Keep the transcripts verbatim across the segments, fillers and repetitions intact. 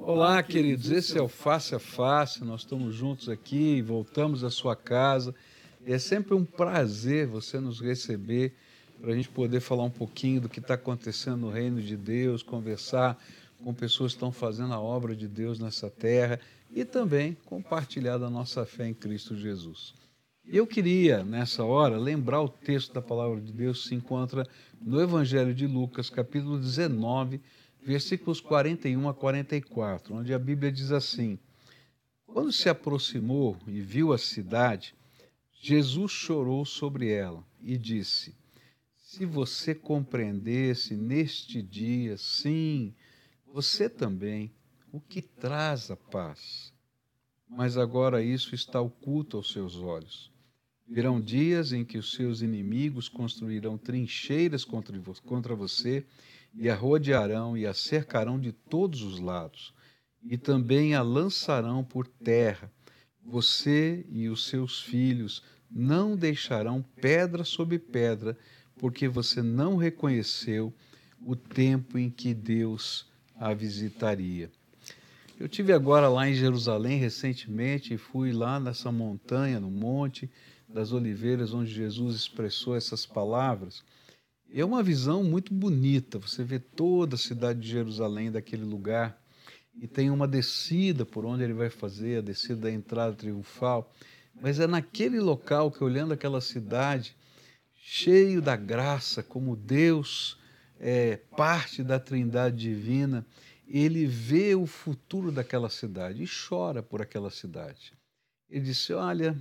Olá, queridos. Esse é o Face a Face. Nós estamos juntos aqui, voltamos à sua casa. E é sempre um prazer você nos receber para a gente poder falar um pouquinho do que está acontecendo no reino de Deus, conversar com pessoas que estão fazendo a obra de Deus nessa terra e também compartilhar da nossa fé em Cristo Jesus. Eu queria, nessa hora, lembrar o texto da palavra de Deus que se encontra no Evangelho de Lucas, capítulo dezenove, versículos quarenta e um a quarenta e quatro, onde a Bíblia diz assim: Quando se aproximou e viu a cidade, Jesus chorou sobre ela e disse: Se você compreendesse neste dia, sim, você também, o que traz a paz. Mas agora isso está oculto aos seus olhos. Virão dias em que os seus inimigos construirão trincheiras contra vo- contra você e a rodearão e a cercarão de todos os lados, e também a lançarão por terra. Você e os seus filhos não deixarão pedra sobre pedra, porque você não reconheceu o tempo em que Deus a visitaria. Eu tive agora lá em Jerusalém recentemente e fui lá nessa montanha, no Monte das Oliveiras, onde Jesus expressou essas palavras. E é uma visão muito bonita. Você vê toda a cidade de Jerusalém daquele lugar e tem uma descida por onde ele vai fazer, a descida da entrada triunfal. Mas é naquele local que, olhando aquela cidade, cheio da graça, como Deus é parte da Trindade divina, ele vê o futuro daquela cidade e chora por aquela cidade. Ele disse: Olha,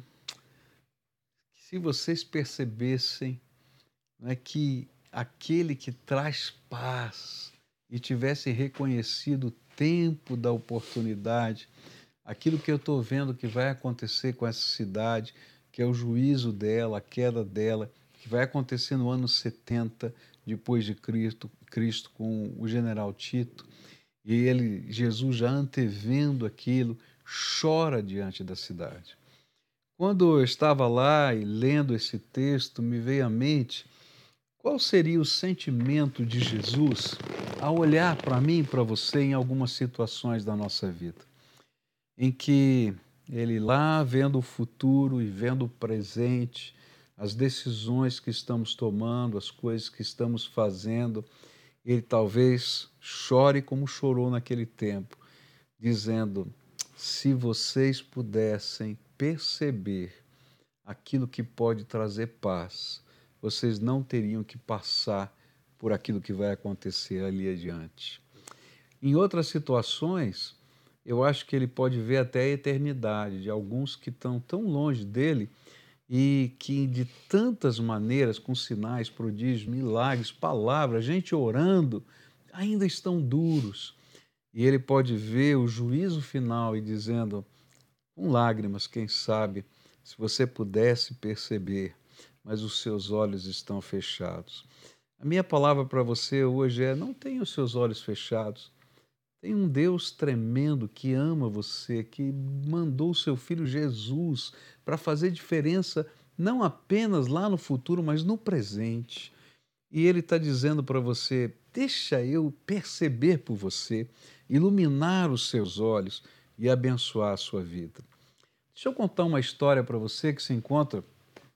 se vocês percebessem, né, que aquele que traz paz e tivesse reconhecido o tempo da oportunidade, aquilo que eu estou vendo que vai acontecer com essa cidade, que é o juízo dela, a queda dela, que vai acontecer no ano setenta depois de Cristo, Cristo com o general Tito, e ele, Jesus já antevendo aquilo, chora diante da cidade. Quando eu estava lá e lendo esse texto, me veio à mente qual seria o sentimento de Jesus ao olhar para mim e para você em algumas situações da nossa vida, em que ele lá vendo o futuro e vendo o presente, as decisões que estamos tomando, as coisas que estamos fazendo, ele talvez chore como chorou naquele tempo, dizendo: se vocês pudessem perceber aquilo que pode trazer paz, vocês não teriam que passar por aquilo que vai acontecer ali adiante. Em outras situações, eu acho que ele pode ver até a eternidade de alguns que estão tão longe dele e que de tantas maneiras, com sinais, prodígios, milagres, palavras, gente orando, ainda estão duros. E ele pode ver o juízo final e dizendo, com lágrimas, quem sabe, se você pudesse perceber, mas os seus olhos estão fechados. A minha palavra para você hoje é: não tenha os seus olhos fechados. Tem um Deus tremendo que ama você, que mandou o seu filho Jesus para fazer diferença não apenas lá no futuro, mas no presente. E ele está dizendo para você: deixa eu perceber por você, iluminar os seus olhos e abençoar a sua vida. Deixa eu contar uma história para você que se encontra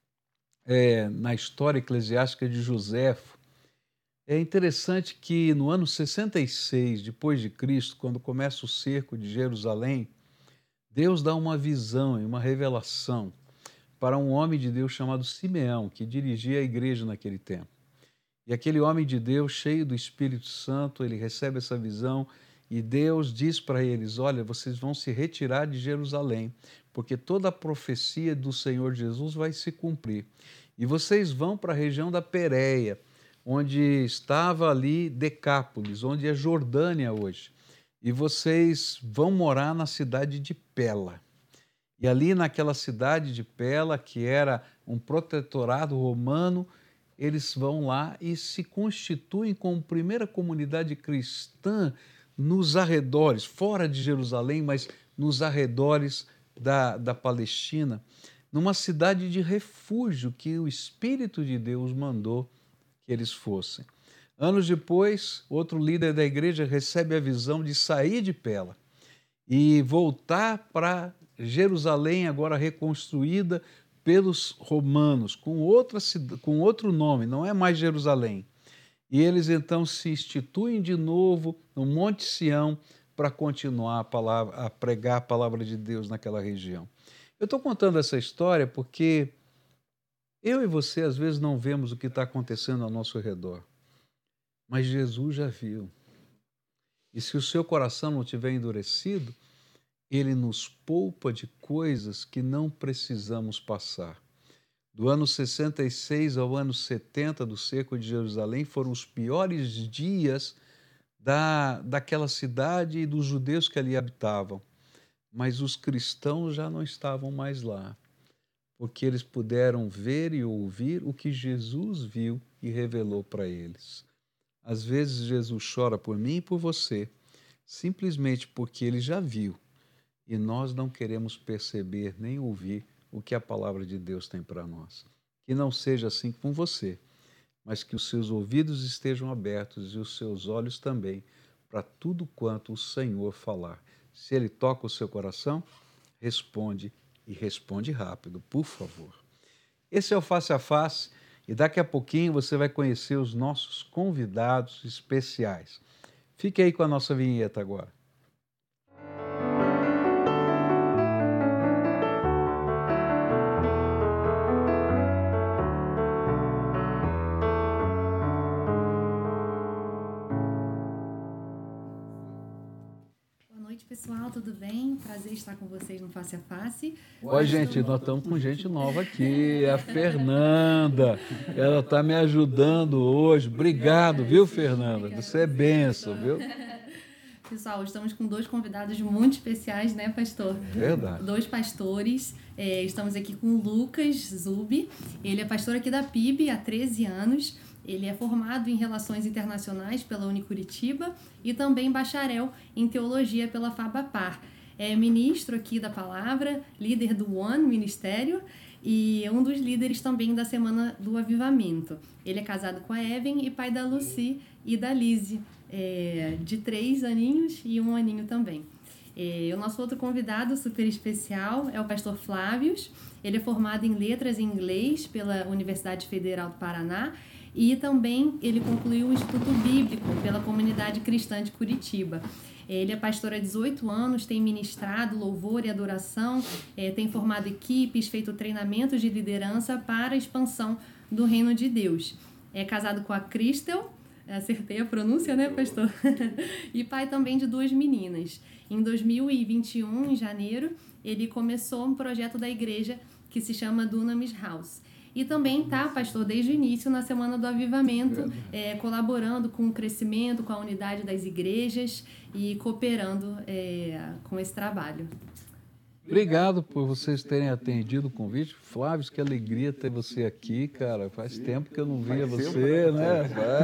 eh, na história eclesiástica de Joséfo. É interessante que no ano sessenta e seis depois de Cristo, quando começa o cerco de Jerusalém, Deus dá uma visão e uma revelação para um homem de Deus chamado Simeão, que dirigia a igreja naquele tempo. E aquele homem de Deus, cheio do Espírito Santo, ele recebe essa visão e Deus diz para eles: olha, vocês vão se retirar de Jerusalém, porque toda a profecia do Senhor Jesus vai se cumprir. E vocês vão para a região da Pérea, onde estava ali Decápolis, onde é Jordânia hoje. E vocês vão morar na cidade de Pela. E ali naquela cidade de Pela, que era um protetorado romano, eles vão lá e se constituem como primeira comunidade cristã nos arredores, fora de Jerusalém, mas nos arredores da, da Palestina, numa cidade de refúgio que o Espírito de Deus mandou que eles fossem. Anos depois, outro líder da igreja recebe a visão de sair de Pela e voltar para Jerusalém, agora reconstruída pelos romanos, com, outra, com outro nome, não é mais Jerusalém. E eles então se instituem de novo no Monte Sião para continuar a, palavra, a pregar a palavra de Deus naquela região. Eu estou contando essa história porque eu e você às vezes não vemos o que está acontecendo ao nosso redor, mas Jesus já viu. E se o seu coração não tiver endurecido, ele nos poupa de coisas que não precisamos passar. Do ano sessenta e seis ao ano setenta do cerco de Jerusalém foram os piores dias da, daquela cidade e dos judeus que ali habitavam. Mas os cristãos já não estavam mais lá, porque eles puderam ver e ouvir o que Jesus viu e revelou para eles. Às vezes Jesus chora por mim e por você, simplesmente porque ele já viu, e nós não queremos perceber nem ouvir o que a palavra de Deus tem para nós. Que não seja assim com você, mas que os seus ouvidos estejam abertos e os seus olhos também, para tudo quanto o Senhor falar. Se Ele toca o seu coração, responde, e responde rápido, por favor. Esse é o Face a Face, e daqui a pouquinho você vai conhecer os nossos convidados especiais. Fique aí com a nossa vinheta agora. Pessoal, tudo bem? Prazer estar com vocês no Face a Face. Oi, gente, nós estamos com gente nova aqui, a Fernanda, ela está me ajudando hoje. Obrigado, viu, Fernanda? Você é benção, viu? Pessoal, estamos com dois convidados muito especiais, né, pastor? Verdade. Dois pastores. É, estamos aqui com o Lucas Zubi. Ele é pastor aqui da P I B há treze anos. Ele é formado em Relações Internacionais pela Unicuritiba e também bacharel em Teologia pela Fabapar. É ministro aqui da Palavra, líder do One Ministério e um dos líderes também da Semana do Avivamento. Ele é casado com a Evan e pai da Lucy e da Lizzie, é, de três aninhos e um aninho também. É, o nosso outro convidado super especial é o pastor Flávios. Ele é formado em Letras em Inglês pela Universidade Federal do Paraná e também ele concluiu o Instituto Bíblico pela Comunidade Cristã de Curitiba. Ele é pastor há dezoito anos, tem ministrado louvor e adoração, é, tem formado equipes, feito treinamentos de liderança para a expansão do reino de Deus. É casado com a Cristel, acertei a pronúncia, né, pastor? E pai também de duas meninas. Em dois mil e vinte e um, em janeiro, ele começou um projeto da igreja que se chama Dunamis House. E também está, pastor, desde o início na Semana do Avivamento, é, colaborando com o crescimento, com a unidade das igrejas e cooperando é, com esse trabalho. Obrigado por vocês terem atendido o convite. Flávio, que alegria ter você aqui, cara. Faz Sim. tempo que eu não via Faz você, tempo, né?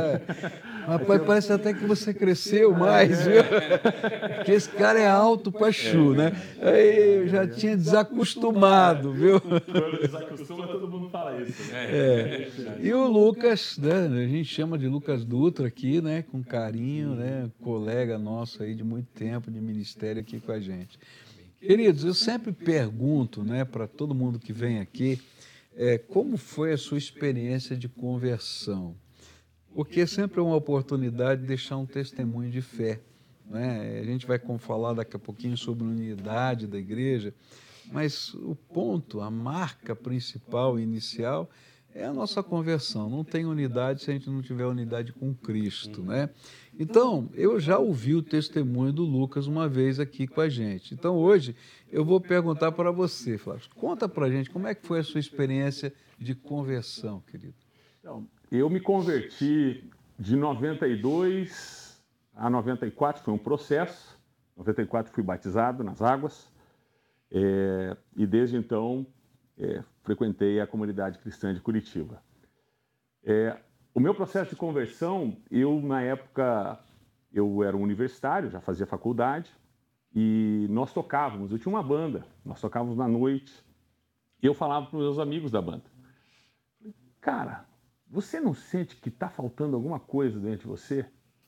Vai. Rapaz, parece até que você cresceu mais, viu? Porque esse cara é alto pra chu, né? Aí eu já tinha desacostumado, viu? Quando desacostuma, todo mundo fala isso. Né? É. E o Lucas, né? A gente chama de Lucas Dutra aqui, né? Com carinho, né? Colega nosso aí de muito tempo de ministério aqui com a gente. Queridos, eu sempre pergunto, né, para todo mundo que vem aqui, é, como foi a sua experiência de conversão? Porque sempre é uma oportunidade de deixar um testemunho de fé, né? A gente vai falar daqui a pouquinho sobre a unidade da igreja, mas o ponto, a marca principal e inicial é a nossa conversão. Não tem unidade se a gente não tiver unidade com Cristo, né? Então, eu já ouvi o testemunho do Lucas uma vez aqui com a gente. Então, hoje, eu vou perguntar para você, Flávio. Conta para a gente como é que foi a sua experiência de conversão, querido. Então, eu me converti de noventa e dois a noventa e quatro, foi um processo. Em noventa e quatro fui batizado nas águas. É, e desde então, é, frequentei a comunidade cristã de Curitiba. É, o meu processo de conversão, eu, na época, eu era um universitário, já fazia faculdade, e nós tocávamos, eu tinha uma banda, nós tocávamos na noite, e eu falava para os meus amigos da banda, cara, você não sente que está faltando alguma coisa dentro de você?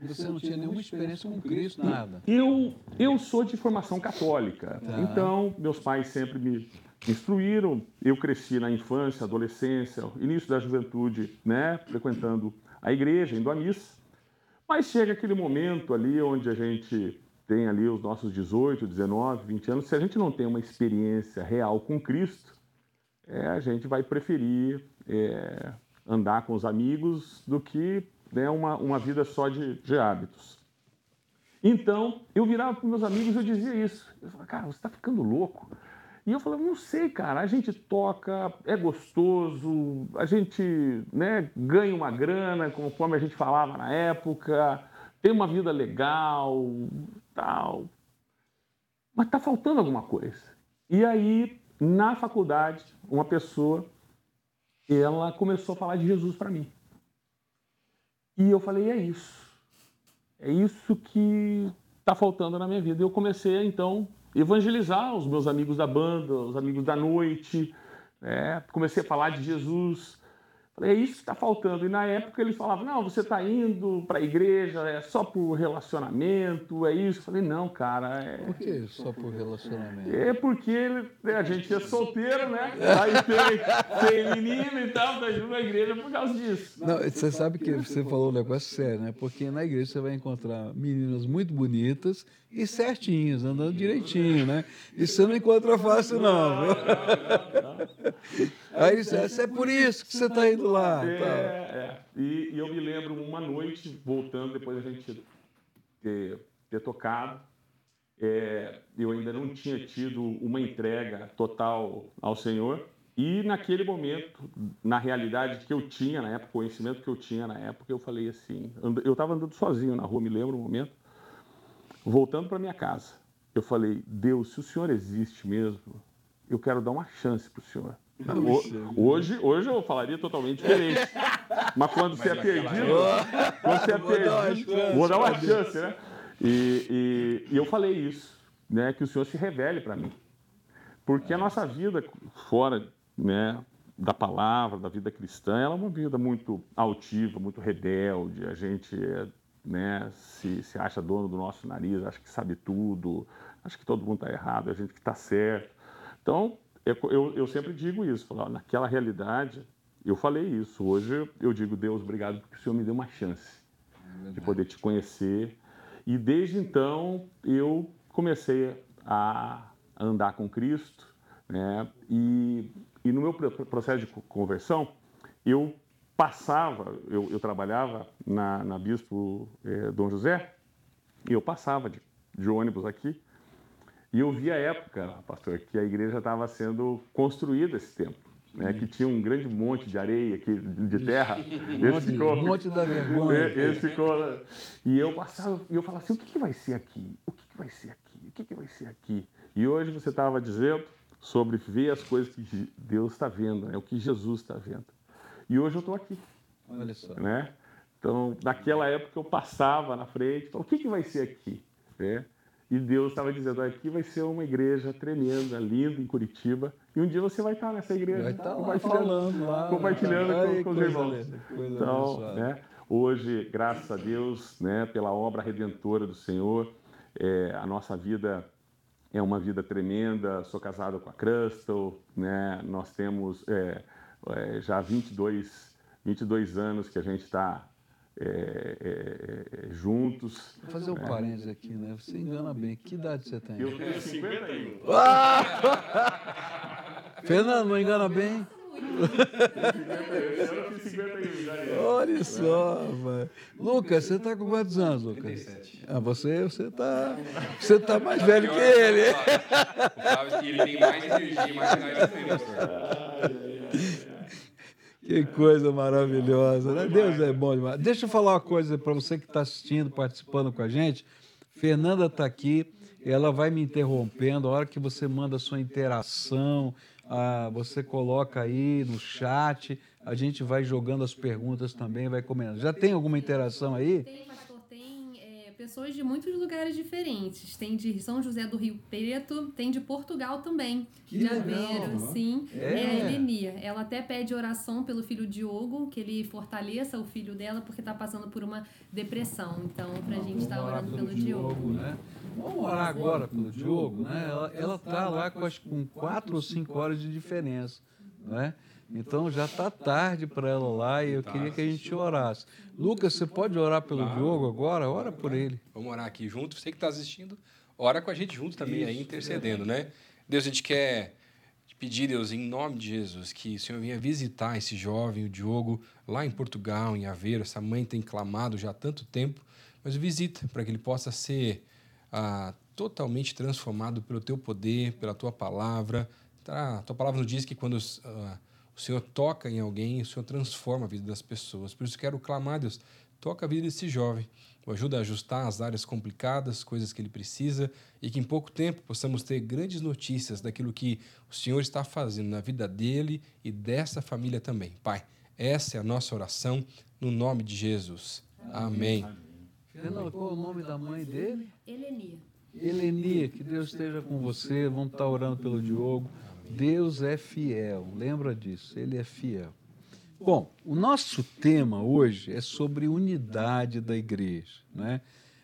Você não tinha nenhuma experiência com Cristo, nada? Eu, eu sou de formação católica, Tá. então meus pais sempre me instruíram. Eu cresci na infância, adolescência, início da juventude, né, frequentando a igreja, indo à missa. Mas chega aquele momento ali onde a gente tem ali os nossos dezoito, dezenove, vinte anos, se a gente não tem uma experiência real com Cristo, é, a gente vai preferir é, andar com os amigos do que, né, uma, uma vida só de, de hábitos. Então, eu virava para os meus amigos e eu dizia isso. Eu falava, cara, você está ficando louco. E eu falava, não sei, cara, a gente toca, é gostoso, a gente, né, ganha uma grana, conforme a gente falava na época, tem uma vida legal, tal. Mas está faltando alguma coisa. E aí, na faculdade, uma pessoa, ela começou a falar de Jesus para mim. E eu falei, é isso. É isso que está faltando na minha vida. E eu comecei, então, evangelizar os meus amigos da banda, os amigos da noite, né? Comecei a falar de Jesus. Falei, é isso que está faltando. E na época eles falavam, não, você está indo para a igreja, é só por relacionamento, é isso. Eu falei, não, cara. É... Por que só por relacionamento? É porque né, a gente é solteiro, né? Aí tem, tem menino e tal, tá indo na igreja por causa disso. Não, você sabe que você falou um negócio sério, né? Porque na igreja você vai encontrar meninas muito bonitas e certinhas, andando direitinho, né? E você não encontra fácil, não, viu? Aí ele disse, é por isso que você está indo lá. É, tá. é. E, e eu me lembro uma noite, voltando, depois da gente ter, ter tocado, é, eu ainda não tinha tido uma entrega total ao Senhor. E naquele momento, na realidade que eu tinha na época, o conhecimento que eu tinha na época, eu falei assim, eu estava andando sozinho na rua, me lembro um momento, voltando para minha casa. Eu falei, Deus, se o Senhor existe mesmo, eu quero dar uma chance para o Senhor. Hoje, hoje eu falaria totalmente diferente. Mas quando você é perdido, quando você é perdido, vou dar uma chance, né? E, e, e eu falei isso, né? Que o Senhor se revele para mim. Porque a nossa vida fora, né, da palavra, da vida cristã, ela é uma vida muito altiva, muito rebelde. A gente né, se, se acha dono do nosso nariz, acha que sabe tudo, acha que todo mundo está errado, a gente que está certo. Então, eu, eu, eu sempre digo isso, falo, naquela realidade, eu falei isso. Hoje eu digo, Deus, obrigado porque o Senhor me deu uma chance é de poder te conhecer. E desde então eu comecei a andar com Cristo, né? E, e no meu processo de conversão, eu passava, eu, eu trabalhava na, na Bispo eh, Dom José, e eu passava de, de ônibus aqui, e eu vi a época, pastor, que a igreja estava sendo construída esse tempo, né? Que tinha um grande monte de areia, aqui, de terra. Um monte, ficou, monte da vergonha. Esse ficou, e eu passava, e eu falava assim, o que, que vai ser aqui? O que, que vai ser aqui? O que, que vai ser aqui? E hoje você estava dizendo sobre ver as coisas que Deus está vendo, né? O que Jesus está vendo. E hoje eu estou aqui. Olha só. Né? Então, naquela época eu passava na frente, falava, o que, que vai ser aqui? Né? E Deus estava dizendo, aqui vai ser uma igreja tremenda, linda, em Curitiba, e um dia você vai estar nessa igreja. Vai estar lá, compartilhando, falando lá, compartilhando lá, com, com os irmãos. Linda, coisa então, né, hoje, graças a Deus, né, pela obra redentora do Senhor, é, a nossa vida é uma vida tremenda. Sou casado com a Crystal, né, nós temos é, é, já vinte e dois anos que a gente está É, é, é, juntos. Vou fazer um é. parênteses aqui, né? Você engana bem. Que idade você tem? Eu tenho cinquenta e um. Ah! Fernando, não engana bem? Eu fiz cinquenta e um. Olha só, mano. Lucas, você está com quantos anos, Lucas? trinta e sete. Ah, você você está você tá mais velho que ele. Ele tem mais energia, mais idade que ele, pastor. Que coisa maravilhosa, né? Deus é bom demais. Deixa eu falar uma coisa para você que está assistindo, participando com a gente. Fernanda está aqui, ela vai me interrompendo. A hora que você manda a sua interação, ah, você coloca aí no chat, a gente vai jogando as perguntas também, vai comentando. Já tem alguma interação aí? Tem, pastor, tem. É, o pessoas de muitos lugares diferentes. Tem de São José do Rio Preto, tem de Portugal também. Que de legal, Aveiro, né? sim. É. É a Elenia. Ela até pede oração pelo filho Diogo, que ele fortaleça o filho dela, porque está passando por uma depressão. Então, pra Não, gente estar vamos orar orando pelo Diogo. né? Vamos orar agora pelo Diogo, né? Ela está lá com, acho, com quatro ou cinco horas de diferença, né? Então já está tarde para ela lá e eu queria que a gente orasse. Lucas, você pode orar pelo Claro. Diogo agora? Ora por ele. Vamos orar aqui junto. Você que está assistindo, ora com a gente junto também, aí intercedendo, né? Deus, a gente quer te pedir, Deus, em nome de Jesus, que o Senhor venha visitar esse jovem, o Diogo, lá em Portugal, em Aveiro. Essa mãe tem clamado já há tanto tempo, mas visita para que ele possa ser ah, totalmente transformado pelo teu poder, pela tua palavra. Tá? A tua palavra nos diz que quando ah, o Senhor toca em alguém, o Senhor transforma a vida das pessoas. Por isso quero clamar, Deus, toca a vida desse jovem, o ajuda a ajustar as áreas complicadas, coisas que ele precisa, e que em pouco tempo possamos ter grandes notícias daquilo que o Senhor está fazendo na vida dele e dessa família também. Pai, essa é a nossa oração, no nome de Jesus. Amém. Amém. Fernanda, qual é o nome da mãe dele? Elenia. Elenia, que Deus esteja com você. Vamos estar orando pelo Diogo. Deus é fiel, lembra disso, Ele é fiel. Bom, o nosso tema hoje é sobre unidade da igreja, né?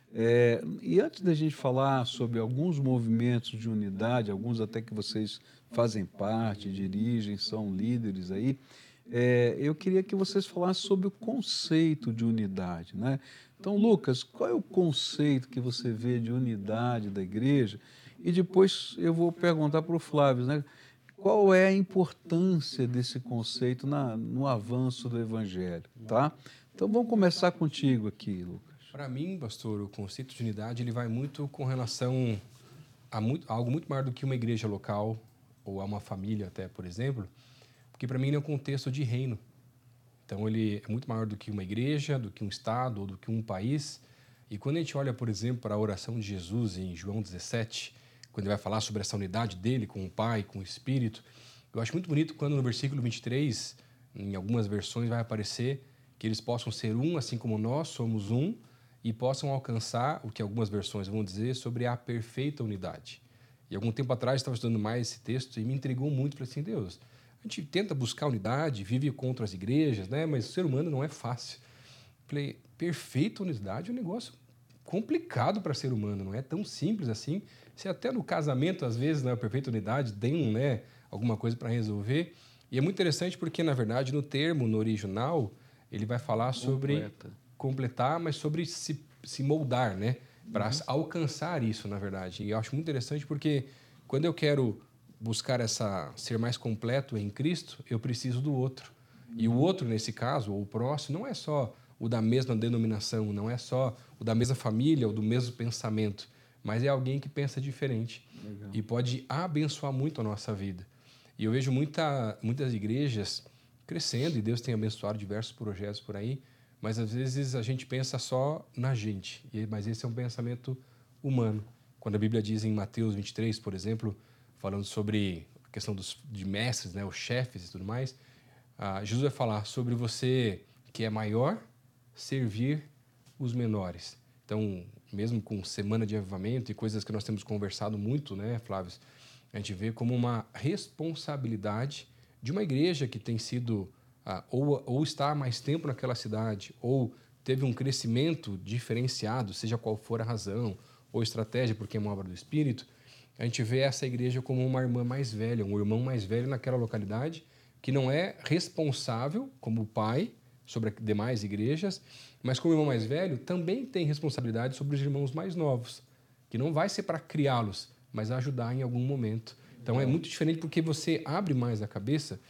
É, e antes da gente falar sobre alguns movimentos de unidade, alguns até que vocês fazem parte, dirigem, são líderes aí, é, eu queria que vocês falassem sobre o conceito de unidade, né? Então, Lucas, qual é o conceito que você vê de unidade da igreja? E depois eu vou perguntar para o Flávio, né? Qual é a importância desse conceito na, no avanço do Evangelho, tá? Então, vamos começar contigo aqui, Lucas. Para mim, pastor, o conceito de unidade ele vai muito com relação a, muito, a algo muito maior do que uma igreja local ou a uma família até, por exemplo, porque para mim ele é um contexto de reino. Então, ele é muito maior do que uma igreja, do que um estado ou do que um país. E quando a gente olha, por exemplo, para a oração de Jesus em João dezessete, quando ele vai falar sobre essa unidade dele com o Pai, com o Espírito, eu acho muito bonito quando no versículo vinte e três, em algumas versões, vai aparecer que eles possam ser um, assim como nós somos um, e possam alcançar o que algumas versões vão dizer sobre a perfeita unidade. E algum tempo atrás eu estava estudando mais esse texto e me intrigou muito. Falei assim, Deus, a gente tenta buscar unidade, vive contra as igrejas, né? Mas o ser humano não é fácil. Falei, perfeita unidade é um negócio complicado para ser humano, não é tão simples assim. Se até no casamento, às vezes, na perfeita unidade, tem um, né, alguma coisa para resolver. E é muito interessante porque, na verdade, no termo, no original, ele vai falar sobre Completa. completar, mas sobre se, se moldar, né? Para uhum. alcançar isso, na verdade. E eu acho muito interessante porque quando eu quero buscar essa ser mais completo em Cristo, eu preciso do outro. Uhum. E o outro, nesse caso, ou o próximo, não é só o da mesma denominação, não é só o da mesma família ou do mesmo pensamento, mas é alguém que pensa diferente. Legal. E pode abençoar muito a nossa vida. E eu vejo muita, muitas igrejas crescendo, e Deus tem abençoado diversos projetos por aí, mas às vezes a gente pensa só na gente, mas esse é um pensamento humano. Quando a Bíblia diz em Mateus vinte e três, por exemplo, falando sobre a questão dos, de mestres, né, os chefes e tudo mais, ah, Jesus vai falar sobre você que é maior servir os menores. Então, mesmo com semana de avivamento e coisas que nós temos conversado muito, né, Flávio? A gente vê como uma responsabilidade de uma igreja que tem sido, ah, ou, ou está há mais tempo naquela cidade, ou teve um crescimento diferenciado, seja qual for a razão ou estratégia, porque é uma obra do Espírito, a gente vê essa igreja como uma irmã mais velha, um irmão mais velho naquela localidade, que não é responsável como pai sobre as demais igrejas, mas como irmão mais velho também tem responsabilidade sobre os irmãos mais novos, que não vai ser para criá-los, mas ajudar em algum momento. Então é muito diferente porque você abre mais a cabeça.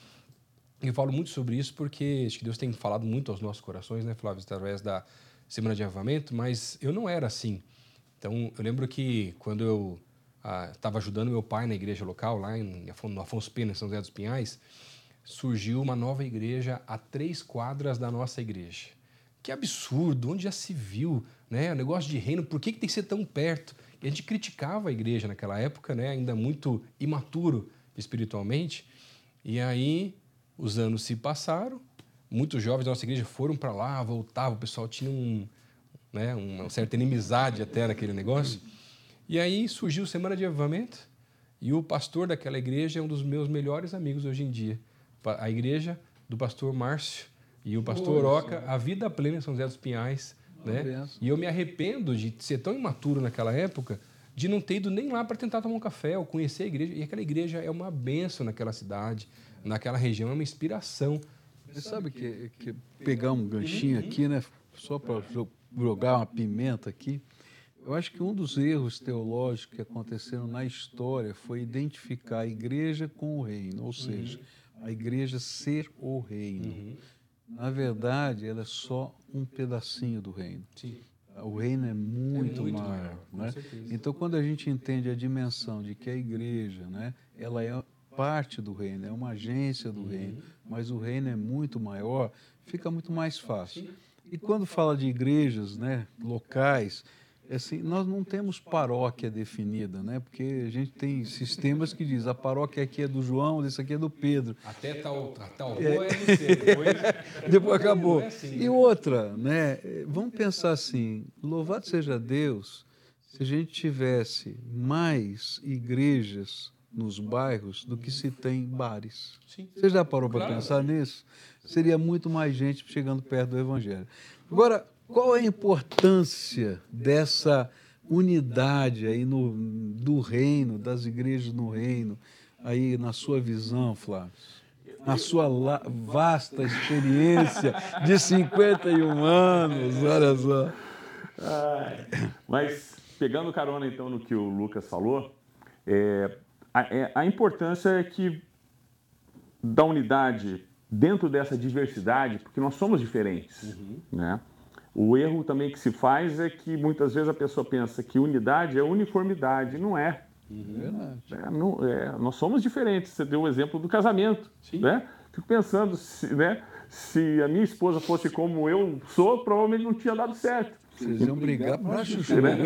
Eu falo muito sobre isso porque acho que Deus tem falado muito aos nossos corações, né, Flávio, através da Semana de Avivamento, mas eu não era assim. Então eu lembro que quando eu estava ah, ajudando meu pai na igreja local, lá em, no Afonso Pena, em São José dos Pinhais, surgiu uma nova igreja a três quadras da nossa igreja. Que absurdo, onde já se viu, né? O negócio de reino, por que, que tem que ser tão perto? E a gente criticava a igreja naquela época, né? Ainda muito imaturo espiritualmente. E aí os anos se passaram, muitos jovens da nossa igreja foram para lá, voltavam, o pessoal tinha um, né? Uma certa inimizade até naquele negócio. E aí surgiu Semana de Avivamento e o pastor daquela igreja é um dos meus melhores amigos hoje em dia. A igreja do pastor Márcio e o pastor Oca, a Vida Plena em São José dos Pinhais. Né? E eu me arrependo de ser tão imaturo naquela época de não ter ido nem lá para tentar tomar um café ou conhecer a igreja. E aquela igreja é uma bênção naquela cidade, naquela região, é uma inspiração. Você sabe que, que pegar um ganchinho aqui, né? Só para jogar uma pimenta aqui, eu acho que um dos erros teológicos que aconteceram na história foi identificar a igreja com o reino, ou seja, a igreja ser o reino. Uhum. Na verdade, ela é só um pedacinho do reino. Sim. O reino é muito, é muito maior. maior né? Então, quando a gente entende a dimensão de que a igreja, né, ela é parte do reino, é uma agência do uhum. reino, mas o reino é muito maior, fica muito mais fácil. Sim. E quando fala de igrejas, né, locais, assim, nós não temos paróquia definida, né? Porque a gente tem sistemas que diz a paróquia aqui é do João, esse aqui é do Pedro. Até tal, tal rua é, é do C, depois... depois acabou. É assim, né? E outra, né? Vamos pensar assim, louvado seja Deus, se a gente tivesse mais igrejas nos bairros do que se tem bares. Sim. Você já parou para claro. pensar nisso? Seria muito mais gente chegando perto do Evangelho. Agora, qual é a importância dessa unidade aí no, do reino, das igrejas no reino, aí na sua visão, Flávio? Na sua la, vasta experiência de cinquenta e um anos, olha só. Ah, mas, pegando carona então no que o Lucas falou, é, a, é, a importância é que da unidade dentro dessa diversidade, porque nós somos diferentes, uhum. né? O erro também que se faz é que muitas vezes a pessoa pensa que unidade é uniformidade, não é. Uhum. É, não, é, nós somos diferentes. Você deu o exemplo do casamento, né? Fico pensando, se, né, se a minha esposa fosse como eu sou, provavelmente não tinha dado certo. Vocês iam brigar para chuchu, né?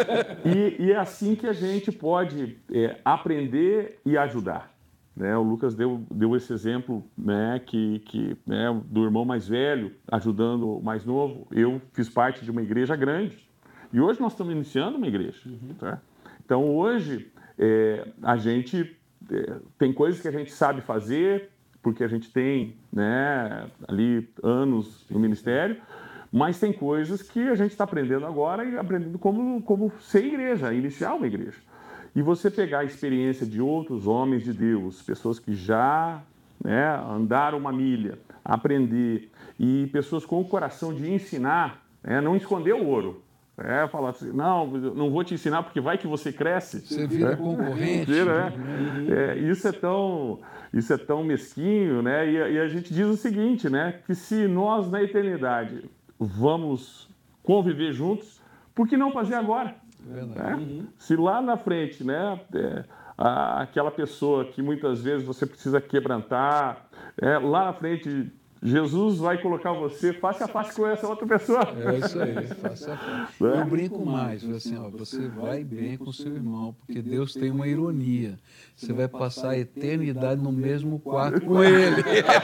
e, e é assim que a gente pode é, aprender e ajudar. Né, o Lucas deu, deu esse exemplo, né, que, que, né, do irmão mais velho ajudando o mais novo. Eu fiz parte de uma igreja grande e hoje nós estamos iniciando uma igreja. Uhum. Tá? Então, hoje, é, a gente é, tem coisas que a gente sabe fazer, porque a gente tem, né, ali anos no ministério, mas tem coisas que a gente está aprendendo agora e aprendendo como, como ser igreja, iniciar uma igreja. E você pegar a experiência de outros homens de Deus, pessoas que já, né, andaram uma milha, aprender, e pessoas com o coração de ensinar, né, não esconder o ouro. É, falar assim, não, não vou te ensinar porque vai que você cresce. Você vira é, concorrente. Vira, é. É, isso, é tão, isso é tão mesquinho, né? E, e a gente diz o seguinte, né? Que se nós na eternidade vamos conviver juntos, por que não fazer agora? É? Uhum. Se lá na frente, né, é, a, aquela pessoa que muitas vezes você precisa quebrantar, é, lá na frente Jesus vai colocar você face a face com essa outra pessoa. É isso aí, face a face. É? Eu brinco mais, assim, ó, você vai bem com seu irmão, porque Deus tem uma ironia. Você vai passar a eternidade no mesmo quarto com ele.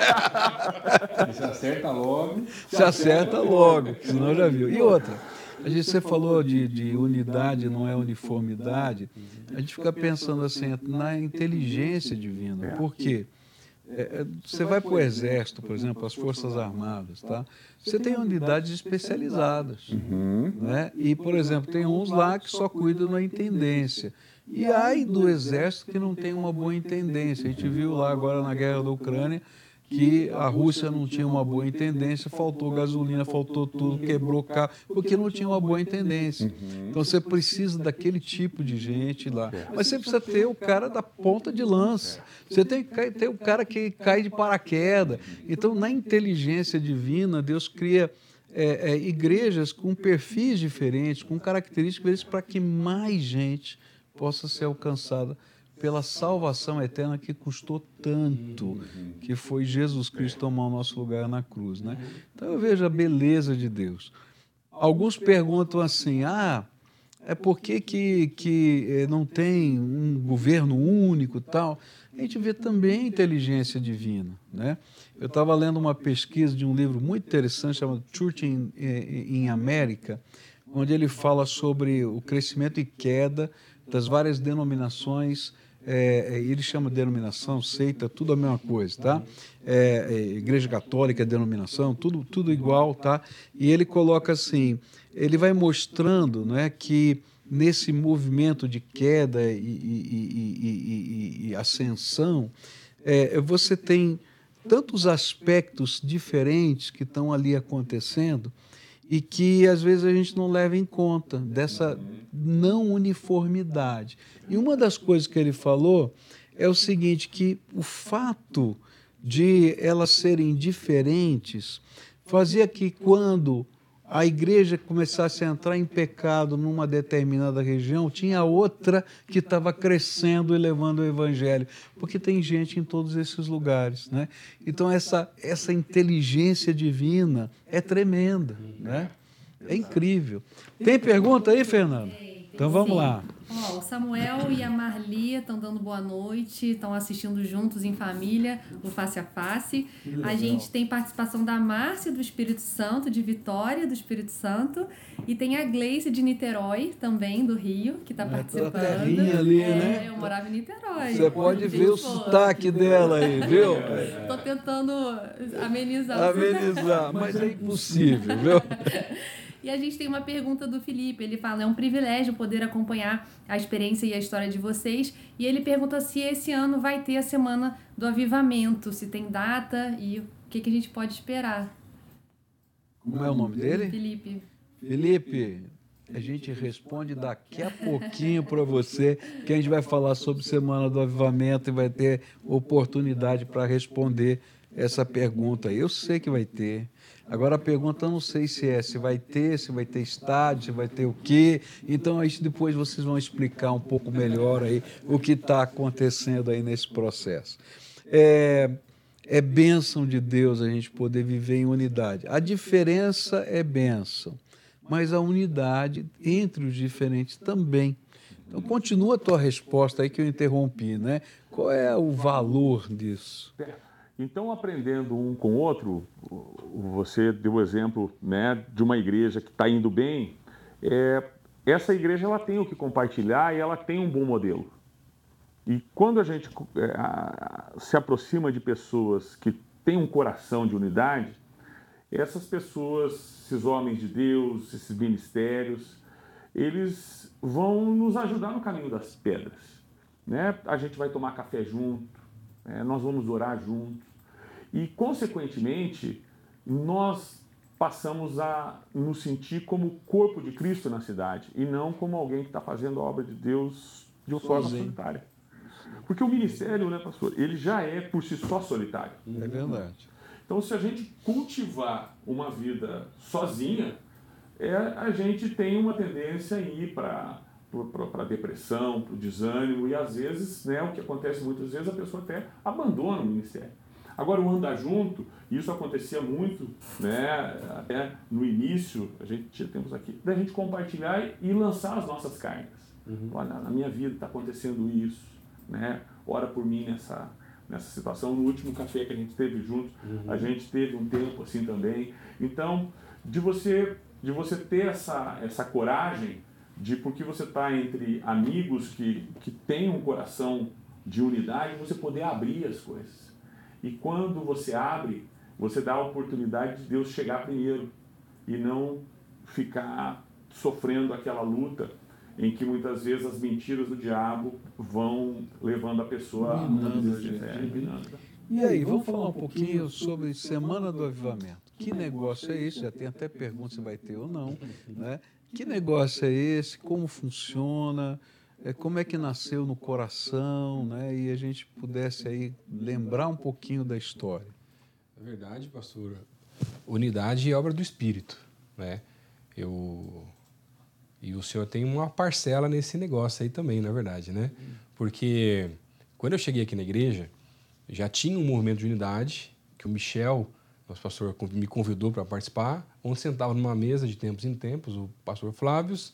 Se acerta logo. Se acerta logo, senão já viu. E outra, a gente, você falou de, de unidade, não é uniformidade. A gente fica pensando assim, na inteligência divina. Por quê? É, você vai para o Exército, por exemplo, as Forças Armadas, tá? Você tem unidades especializadas. Uhum. Né? E, por exemplo, tem uns lá que só cuidam da intendência. E ai do Exército que não tem uma boa intendência. A gente viu lá agora na guerra da Ucrânia que a Rússia não tinha uma boa intendência, faltou gasolina, faltou tudo, quebrou carro, porque não tinha uma boa intendência. Então você precisa daquele tipo de gente lá. Mas você precisa ter o cara da ponta de lança. Você tem que ter o cara que cai de paraquedas. Então, na inteligência divina, Deus cria é, é, igrejas com perfis diferentes, com características diferentes, para que mais gente possa ser alcançada pela salvação eterna que custou tanto, que foi Jesus Cristo tomar o nosso lugar na cruz, né? Então eu vejo a beleza de Deus. Alguns perguntam assim, ah, É por que, que, que não tem um governo único e tal? A gente vê também a inteligência divina, né? Eu estava lendo uma pesquisa de um livro muito interessante chamado Church in, in America, onde ele fala sobre o crescimento e queda das várias denominações. É, ele chama de denominação, seita, tudo a mesma coisa, tá? É, é, igreja católica, denominação, tudo, tudo igual, tá? E ele coloca assim, ele vai mostrando, né, que nesse movimento de queda e, e, e, e, e ascensão, é, você tem tantos aspectos diferentes que estão ali acontecendo e que às vezes a gente não leva em conta dessa não uniformidade. E uma das coisas que ele falou é o seguinte, que o fato de elas serem diferentes fazia que quando a igreja começasse a entrar em pecado numa determinada região, tinha outra que estava crescendo e levando o evangelho, porque tem gente em todos esses lugares, né? Então essa, essa inteligência divina é tremenda, né? É incrível. Tem pergunta aí, Fernando? Então vamos Sim. lá. Ó, o Samuel e a Marli estão dando boa noite, estão assistindo juntos em família o Face a Face. A gente tem participação da Márcia do Espírito Santo, de Vitória do Espírito Santo, e tem a Gleice de Niterói, também do Rio, que está participando. Tá a terrinha ali, é, né? Eu morava em Niterói. Você pode ver o sotaque dela aí, viu? Estou tentando amenizar. Amenizar, mas é impossível, viu? E a gente tem uma pergunta do Felipe, ele fala, é um privilégio poder acompanhar a experiência e a história de vocês, e ele pergunta se esse ano vai ter a Semana do Avivamento, se tem data e o que, que a gente pode esperar. Como é o nome dele? Felipe. Felipe, a gente responde daqui a pouquinho para você, que a gente vai falar sobre Semana do Avivamento e vai ter oportunidade para responder essa pergunta. Eu sei que vai ter. Agora a pergunta eu não sei se é, se vai ter, se vai ter estádio, se vai ter o quê. Então aí depois vocês vão explicar um pouco melhor aí o que está acontecendo aí nesse processo. É, é bênção de Deus a gente poder viver em unidade. A diferença é bênção, mas a unidade entre os diferentes também. Então continua a tua resposta aí que eu interrompi, né? Qual é o valor disso? Então, aprendendo um com o outro, você deu o exemplo, né, de uma igreja que está indo bem. É, essa igreja ela tem o que compartilhar e ela tem um bom modelo. E quando a gente é, a, se aproxima de pessoas que têm um coração de unidade, essas pessoas, esses homens de Deus, esses ministérios, eles vão nos ajudar no caminho das pedras, né? A gente vai tomar café junto. É, nós vamos orar juntos e, consequentemente, nós passamos a nos sentir como corpo de Cristo na cidade e não como alguém que está fazendo a obra de Deus de uma forma solitária. Porque o ministério, né, pastor, ele já é por si só solitário. É verdade. Então, se a gente cultivar uma vida sozinha, é, a gente tem uma tendência a ir para para a depressão, para o desânimo, e às vezes, né, o que acontece muitas vezes, a pessoa até abandona o ministério. Agora, o andar junto, isso acontecia muito, né, até no início, a gente temos aqui, da gente compartilhar e lançar as nossas cargas. Uhum. Olha, na minha vida está acontecendo isso, né, ora por mim nessa, nessa situação. No último café que a gente teve juntos, uhum. a gente teve um tempo assim também. Então, de você, de você ter essa, essa coragem, de porque você está entre amigos que, que têm um coração de unidade, você poder abrir as coisas. E quando você abre, você dá a oportunidade de Deus chegar primeiro e não ficar sofrendo aquela luta em que muitas vezes as mentiras do diabo vão levando a pessoa a minando. E aí, vamos falar um pouquinho sobre Semana do Avivamento. Que negócio é esse? Já tem até pergunta se vai ter ou não, né? Que negócio é esse? Como funciona? É, como é que nasceu no coração, né? E a gente pudesse aí lembrar um pouquinho da história. É verdade, pastor. Unidade é obra do Espírito, né? Eu... E o senhor tem uma parcela nesse negócio aí também, na verdade, né? Porque quando eu cheguei aqui na igreja, já tinha um movimento de unidade, que o Michel, nosso pastor, me convidou para participar, onde sentava numa mesa de tempos em tempos o pastor Flávio,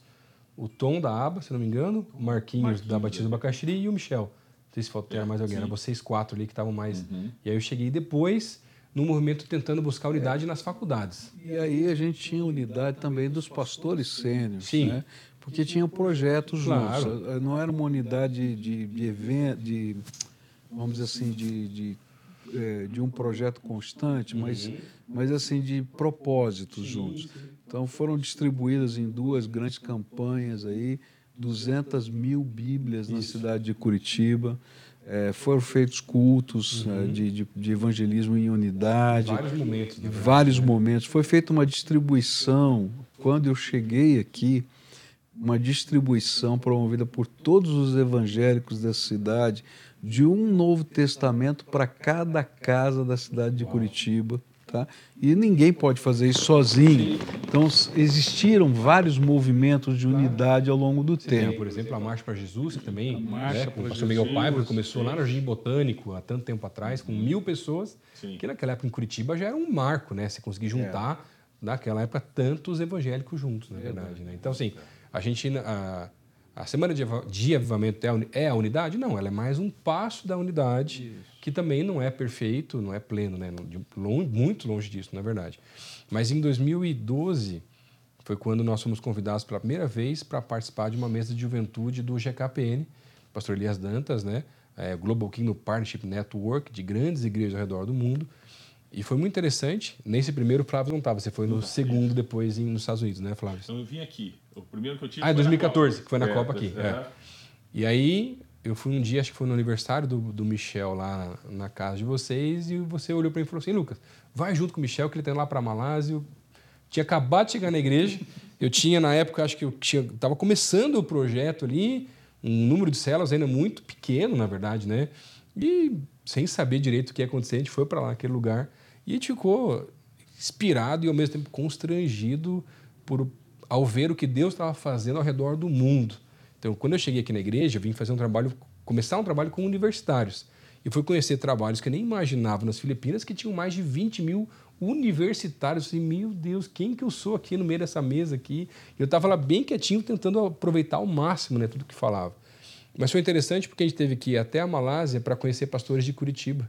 o Tom da Aba, se não me engano, o Marquinhos, Marquinhos da Batista do é. Abacaxiri e o Michel. Não sei se faltou É, mais alguém, sim. eram vocês quatro ali que estavam mais... Uhum. E aí eu cheguei depois no movimento tentando buscar unidade nas faculdades. E aí a gente tinha unidade também dos pastores sêniores, Sim. né? Porque tinha projetos Claro. juntos. Não era uma unidade de, de evento, de, vamos dizer assim, de, de, eh, de um projeto constante, mas, mas assim, de propósitos juntos. Então foram distribuídas em duas grandes campanhas aí, duzentas mil Bíblias na cidade de Curitiba. É, foram feitos cultos Uhum. eh, de, de, de evangelismo em unidade. Vários momentos. Em Né? vários momentos. Foi feita uma distribuição, quando eu cheguei aqui, uma distribuição promovida por todos os evangélicos da cidade de um Novo Testamento para cada casa da cidade de Curitiba. Tá? E ninguém pode fazer isso sozinho. Então, existiram vários movimentos de unidade ao longo do Você tem, tempo. por exemplo, a Marcha para Jesus, que também, Marcha né, com pra o pastor Miguel Jesus, Paiva, que começou lá no Jardim Botânico há tanto tempo atrás, com mil pessoas, Sim. que naquela época em Curitiba já era um marco, né? Você conseguir juntar, naquela época, tantos evangélicos juntos, na verdade. Né? Então, assim, a gente... A, a Semana de, de Avivamento é a, é a unidade? Não, ela é mais um passo da unidade, isso. Que também não é perfeito, não é pleno, né? Longe, muito longe disso, na verdade. Mas em dois mil e doze foi quando nós fomos convidados pela primeira vez para participar de uma mesa de juventude do G K P N, pastor Elias Dantas, né? É, Global Kingdom Partnership Network, de grandes igrejas ao redor do mundo. E foi muito interessante. Nesse primeiro, o Flávio não estava. Você foi no segundo depois em, nos Estados Unidos, né, Flávio? Então eu vim aqui. O primeiro que eu tive Ah, em dois mil e quatorze, que foi na é, Copa aqui. É. É. E aí, eu fui um dia, acho que foi no aniversário do, do Michel lá na, na casa de vocês, e você olhou para mim e falou assim, Lucas, vai junto com o Michel, que ele está indo lá para Malásia. Eu tinha acabado de chegar na igreja. Eu tinha, na época, acho que eu estava começando o projeto ali, um número de células ainda muito pequeno, na verdade, né? E sem saber direito o que ia acontecer, a gente foi para lá, aquele lugar, e a gente ficou inspirado e ao mesmo tempo constrangido por, ao ver o que Deus estava fazendo ao redor do mundo. Então, quando eu cheguei aqui na igreja, eu vim fazer um trabalho, começar um trabalho com universitários. E fui conhecer trabalhos que eu nem imaginava nas Filipinas, que tinham mais de vinte mil universitários. Assim, meu Deus, quem que eu sou aqui no meio dessa mesa aqui? Eu estava lá bem quietinho, tentando aproveitar ao máximo, né, tudo que falava. Mas foi interessante porque a gente teve que ir até a Malásia para conhecer pastores de Curitiba.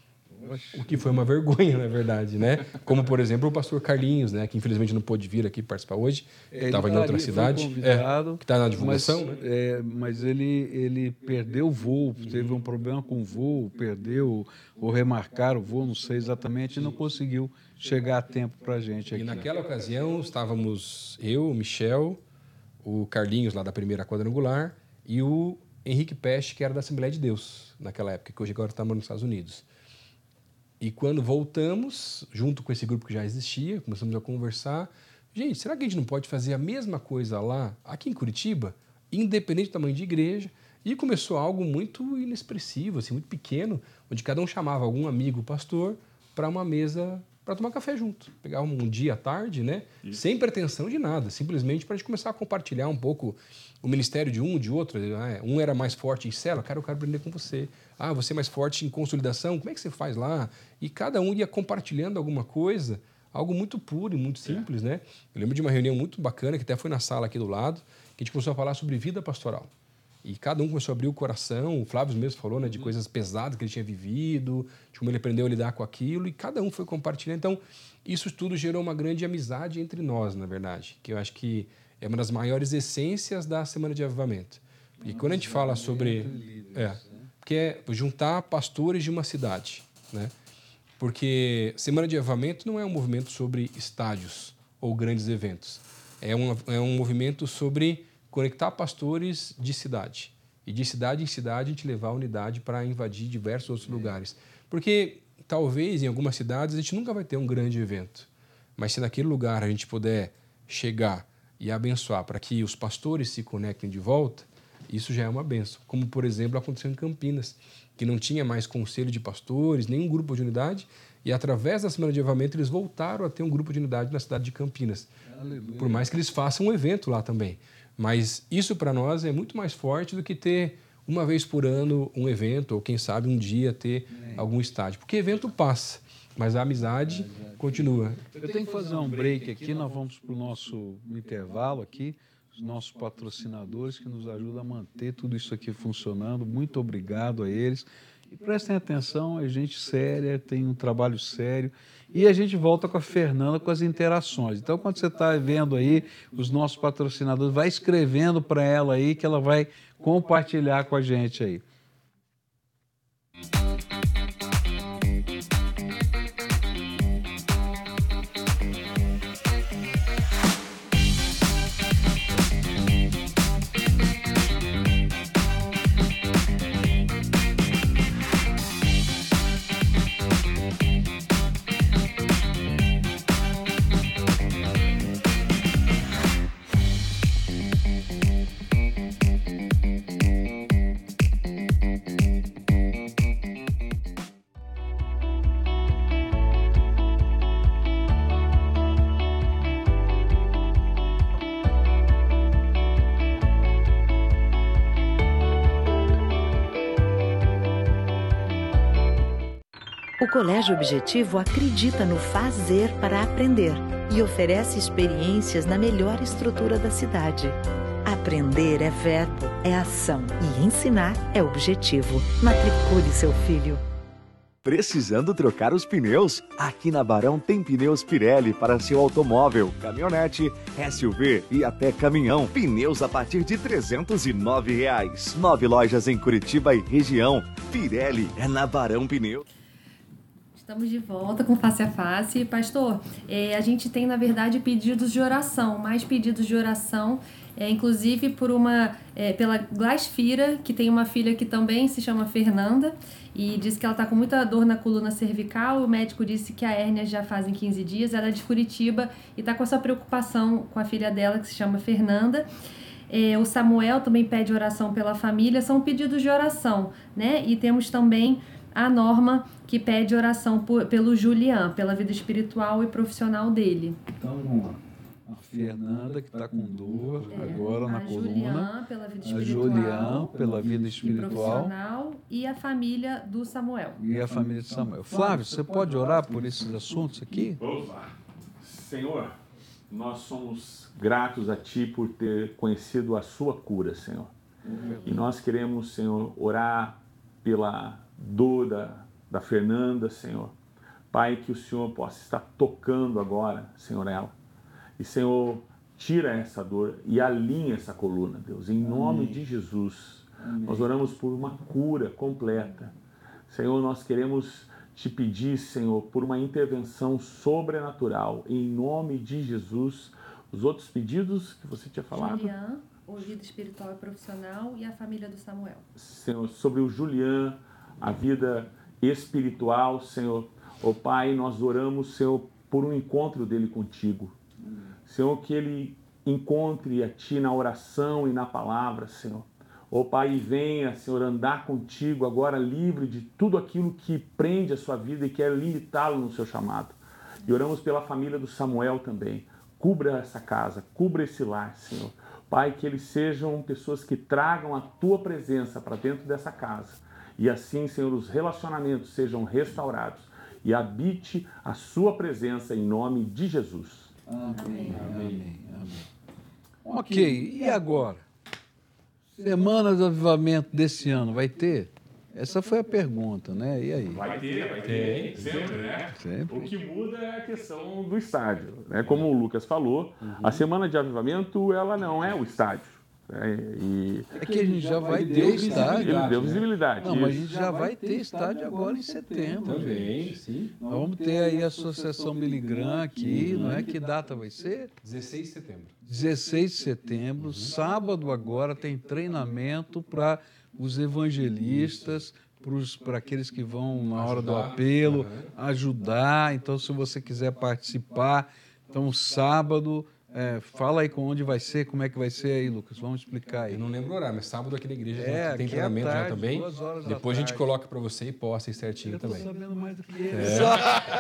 O que foi uma vergonha, na verdade, né? Como, por exemplo, o pastor Carlinhos, né? Que infelizmente não pôde vir aqui participar hoje. Estava em outra ali, cidade. Convidado, é, que está na divulgação, mas, né? É, mas ele, ele perdeu o voo, teve um problema com o voo, perdeu ou remarcaram o voo, não sei exatamente, e não conseguiu chegar a tempo para a gente aqui. E naquela ocasião estávamos eu, o Michel, o Carlinhos, lá da primeira quadrangular, e o Henrique Peste, que era da Assembleia de Deus, naquela época, que hoje agora está nos Estados Unidos. E quando voltamos, junto com esse grupo que já existia, começamos a conversar. Gente, será que a gente não pode fazer a mesma coisa lá, aqui em Curitiba, independente do tamanho de igreja? E começou algo muito inexpressivo, assim, muito pequeno, onde cada um chamava algum amigo pastor para uma mesa para tomar café junto. Pegar um dia à tarde, né? Isso. Sem pretensão de nada, simplesmente para a gente começar a compartilhar um pouco o ministério de um, de outro. Um era mais forte em célula, cara, eu quero aprender com você. Ah, você é mais forte em consolidação, como é que você faz lá? E cada um ia compartilhando alguma coisa, algo muito puro e muito simples, é. né? Eu lembro de uma reunião muito bacana, que até foi na sala aqui do lado, que a gente começou a falar sobre vida pastoral. E cada um começou a abrir o coração, o Flávio mesmo falou, né, de coisas pesadas que ele tinha vivido, de como ele aprendeu a lidar com aquilo, e cada um foi compartilhando. Então, isso tudo gerou uma grande amizade entre nós, na verdade, que eu acho que é uma das maiores essências da Semana de Avivamento. E quando a gente fala sobre... É, que é juntar pastores de uma cidade, né? Porque Semana de Avivamento não é um movimento sobre estádios ou grandes eventos. É um, é um movimento sobre conectar pastores de cidade. E de cidade em cidade a gente levar a unidade para invadir diversos outros lugares. Porque talvez em algumas cidades a gente nunca vai ter um grande evento. Mas se naquele lugar a gente puder chegar e abençoar para que os pastores se conectem de volta, isso já é uma bênção. Como, por exemplo, aconteceu em Campinas, que não tinha mais conselho de pastores, nenhum grupo de unidade, e através da Semana de Avivamento eles voltaram a ter um grupo de unidade na cidade de Campinas. Aleluia. Por mais que eles façam um evento lá também. Mas isso para nós é muito mais forte do que ter uma vez por ano um evento, ou quem sabe um dia ter é. algum estádio. Porque evento passa, mas a amizade é, continua. Eu tenho que fazer um break aqui, nós vamos para o nosso intervalo aqui. os nossos patrocinadores que nos ajudam a manter tudo isso aqui funcionando. Muito obrigado a eles. E prestem atenção, é gente séria, tem um trabalho sério. E a gente volta com a Fernanda com as interações. Então, quando você está vendo aí os nossos patrocinadores, vai escrevendo para ela aí que ela vai compartilhar com a gente aí. O Colégio Objetivo acredita no fazer para aprender e oferece experiências na melhor estrutura da cidade. Aprender é verbo, é ação e ensinar é objetivo. Matricule seu filho. Precisando trocar os pneus? Aqui na Barão tem pneus Pirelli para seu automóvel, caminhonete, S U V e até caminhão. Pneus a partir de trezentos e nove reais. Nove lojas em Curitiba e região. Pirelli é na Barão Pneus. Estamos de volta com Face a Face. Pastor, é, a gente tem, na verdade, pedidos de oração, mais pedidos de oração, é, inclusive por uma, é, pela Glasfira, que tem uma filha que também se chama Fernanda, e diz que ela está com muita dor na coluna cervical. O médico disse que a hérnia já fazem quinze dias, ela é de Curitiba e está com essa preocupação com a filha dela, que se chama Fernanda. É, o Samuel também pede oração pela família, são pedidos de oração, né? E temos também a Norma, que pede oração por, pelo Julian, pela vida espiritual e profissional dele. Então, a Fernanda, que está com dor é, agora na a coluna. Julian, pela vida espiritual. A Julian, pela vida espiritual. Profissional, e a família do Samuel. E a família de Samuel. Flávio, você pode orar por esses assuntos aqui? Vamos lá. Senhor, nós somos gratos a Ti por ter conhecido a sua cura, Senhor. E nós queremos, Senhor, orar pela dor da, da Fernanda, Senhor. Pai, que o Senhor possa estar tocando agora, Senhor, ela. E, Senhor, tira essa dor e alinha essa coluna, Deus. Em nome Amém. De Jesus, Amém. Nós oramos por uma cura completa. Senhor, nós queremos te pedir, Senhor, por uma intervenção sobrenatural. Em nome de Jesus. Os outros pedidos que você tinha falado? Julian, o vida espiritual e profissional, e a família do Samuel. Senhor, sobre o Julian, a vida espiritual, Senhor. Ó Pai, nós oramos, Senhor, por um encontro dele contigo. Senhor, que ele encontre a Ti na oração e na palavra, Senhor. Ó Pai, venha, Senhor, andar contigo agora livre de tudo aquilo que prende a sua vida e quer limitá-lo no seu chamado. E oramos pela família do Samuel também. Cubra essa casa, cubra esse lar, Senhor. Pai, que eles sejam pessoas que tragam a Tua presença para dentro dessa casa. E assim, Senhor, os relacionamentos sejam restaurados e habite a sua presença em nome de Jesus. Amém. Amém. Amém. Ok, e agora? Semana do Avivamento desse ano, vai ter? Essa foi a pergunta, né? E aí? Vai ter, vai ter, sempre, né? Sempre. O que muda é a questão do estádio, né? Como o Lucas falou, uhum. a Semana de Avivamento, ela não é o estádio. É, e... é que a gente já vai ter estádio. Ele deu visibilidade. Não, mas a gente já vai ter estádio agora em setembro. Também, sim. Nós vamos ter aí a Associação Billy Graham aqui, não é? Que data vai ser? dezesseis de setembro. dezesseis de setembro, sábado agora tem treinamento para os evangelistas, para aqueles que vão na hora do apelo, ajudar. Então, se você quiser participar, então sábado... É, fala aí com onde vai ser, como é que vai ser aí, Lucas. Vamos explicar aí. Eu não lembro o horário, mas sábado aqui na igreja é, já tem treinamento é tarde, já também. Depois a gente coloca para você e posta aí certinho eu também. Eu tô sabendo mais do que ele. É.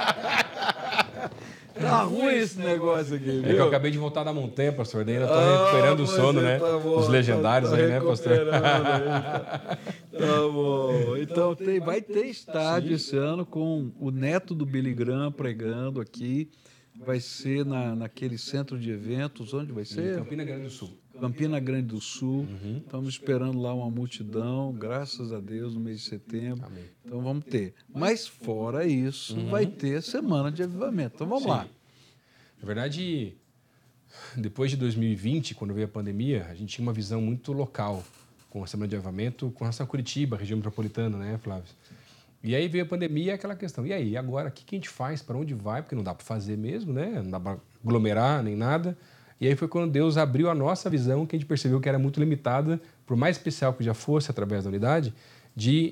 Tá ruim esse negócio aqui, viu? É que eu acabei de voltar da montanha, pastor. Daí ainda tô ah, recuperando o sono, né? Tá bom, os legendários tá, tá aí, né, pastor? Aí, tá. Tá bom. Então tem, vai ter estádio Sim. esse ano com o neto do Billy Graham pregando aqui. Vai ser na, naquele centro de eventos, onde vai ser? Em Campina Grande do Sul. Campina Grande do Sul. Uhum. Estamos esperando lá uma multidão, graças a Deus, no mês de setembro. Amém. Então vamos ter. Mas fora isso, Uhum. vai ter Semana de Avivamento. Então vamos Sim. lá. Na verdade, depois de dois mil e vinte, quando veio a pandemia, a gente tinha uma visão muito local com a Semana de Avivamento, com relação a Curitiba, região metropolitana, né, Flávio? E aí veio a pandemia, aquela questão. E aí, agora, o que que a gente faz? Para onde vai? Porque não dá para fazer mesmo, né? Não dá para aglomerar nem nada. E aí foi quando Deus abriu a nossa visão, que a gente percebeu que era muito limitada, por mais especial que já fosse através da unidade, de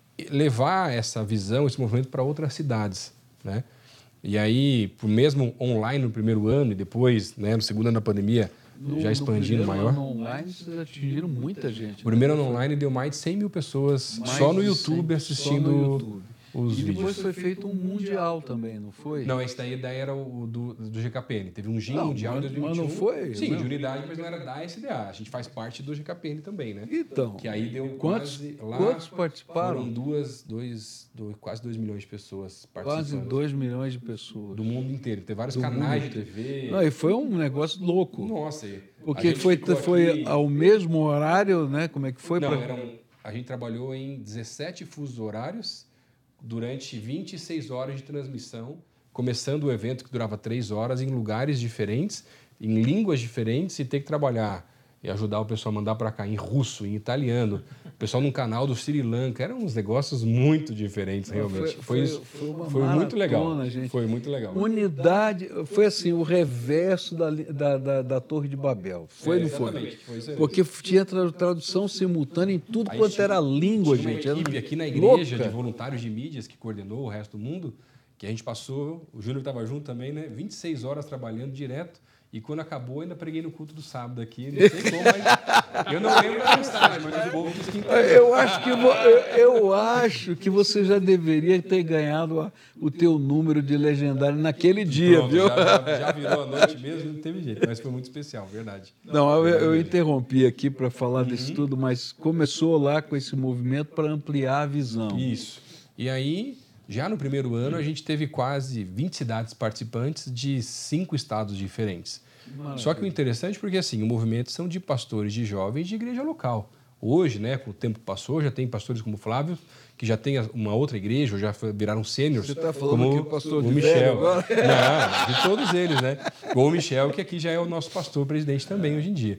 levar essa visão, esse movimento para outras cidades, né? E aí, por mesmo online no primeiro ano e depois, né, no segundo ano da pandemia, No, já expandindo no maior. Ano online, vocês atingiram muita gente. O primeiro ano online deu mais de cem mil pessoas Mais só no de YouTube cem, assistindo só no YouTube. os E depois vídeos. foi feito um mundial também, não foi? Não, esse daí, daí era o do, do G K P N. Teve um G I M Não, Mundial em mas- dois mil e vinte e um. mas não foi? Sim, Não. de unidade, mas não era da S D A. A gente faz parte do G K P N também, né? Então, Que aí deu quantos, quase... Lá quantos participaram? foram duas, dois, dois, quase dois milhões de pessoas Quase participando. dois milhões de pessoas. Do mundo inteiro. Tem vários Do canais mundo de T V. Não, e foi um negócio louco. Nossa, e a Porque gente foi, ficou foi aqui- ao mesmo horário, né? Como é que foi? Não, pra- eram, a gente trabalhou em dezessete fusos horários durante vinte e seis horas de transmissão, começando o evento que durava três horas em lugares diferentes, em línguas diferentes, e ter que trabalhar e ajudar o pessoal a mandar para cá em russo, em italiano, o pessoal num canal do Sri Lanka. Eram uns negócios muito diferentes, realmente. Foi- Foi, foi- isso. foi uma Foi muito legal. maratona, gente. Foi muito legal. Unidade, foi assim, o reverso da, li- da, da, da Torre de Babel. Foi, É, não foi? exatamente, foi isso aí. Porque tinha tra- tradução simultânea em tudo Aí quanto tinha- era língua, Tinha uma gente. Era equipe aqui na igreja louca. de voluntários de mídias que coordenou o resto do mundo, que a gente passou, o Júnior estava junto também, né? vinte e seis horas trabalhando direto. E quando acabou, ainda preguei no culto do sábado aqui. Não sei como, mas eu não lembro da mensagem, mas o povo quis que entendeu. Eu acho que, vo- eu, eu acho que você já deveria ter ganhado a- o teu número de legendário naquele dia, Pronto, viu? já, já- já virou a noite mesmo, não teve jeito, mas foi muito especial, verdade. Não, eu, eu interrompi aqui para falar disso tudo, mas começou lá com esse movimento para ampliar a visão. Isso. E aí, já no primeiro ano, a gente teve quase vinte cidades participantes de cinco estados diferentes. Só que o interessante é porque, assim, o movimento são de pastores de jovens de igreja local. Hoje, né, com o tempo que passou, já tem pastores como o Flávio, que já tem uma outra igreja, ou já foi- viraram sêniores. Você está falando como que o pastor o de Michel. velho agora? Não, de todos eles, né? Ou o Michel, que aqui já é o nosso pastor presidente também hoje em dia.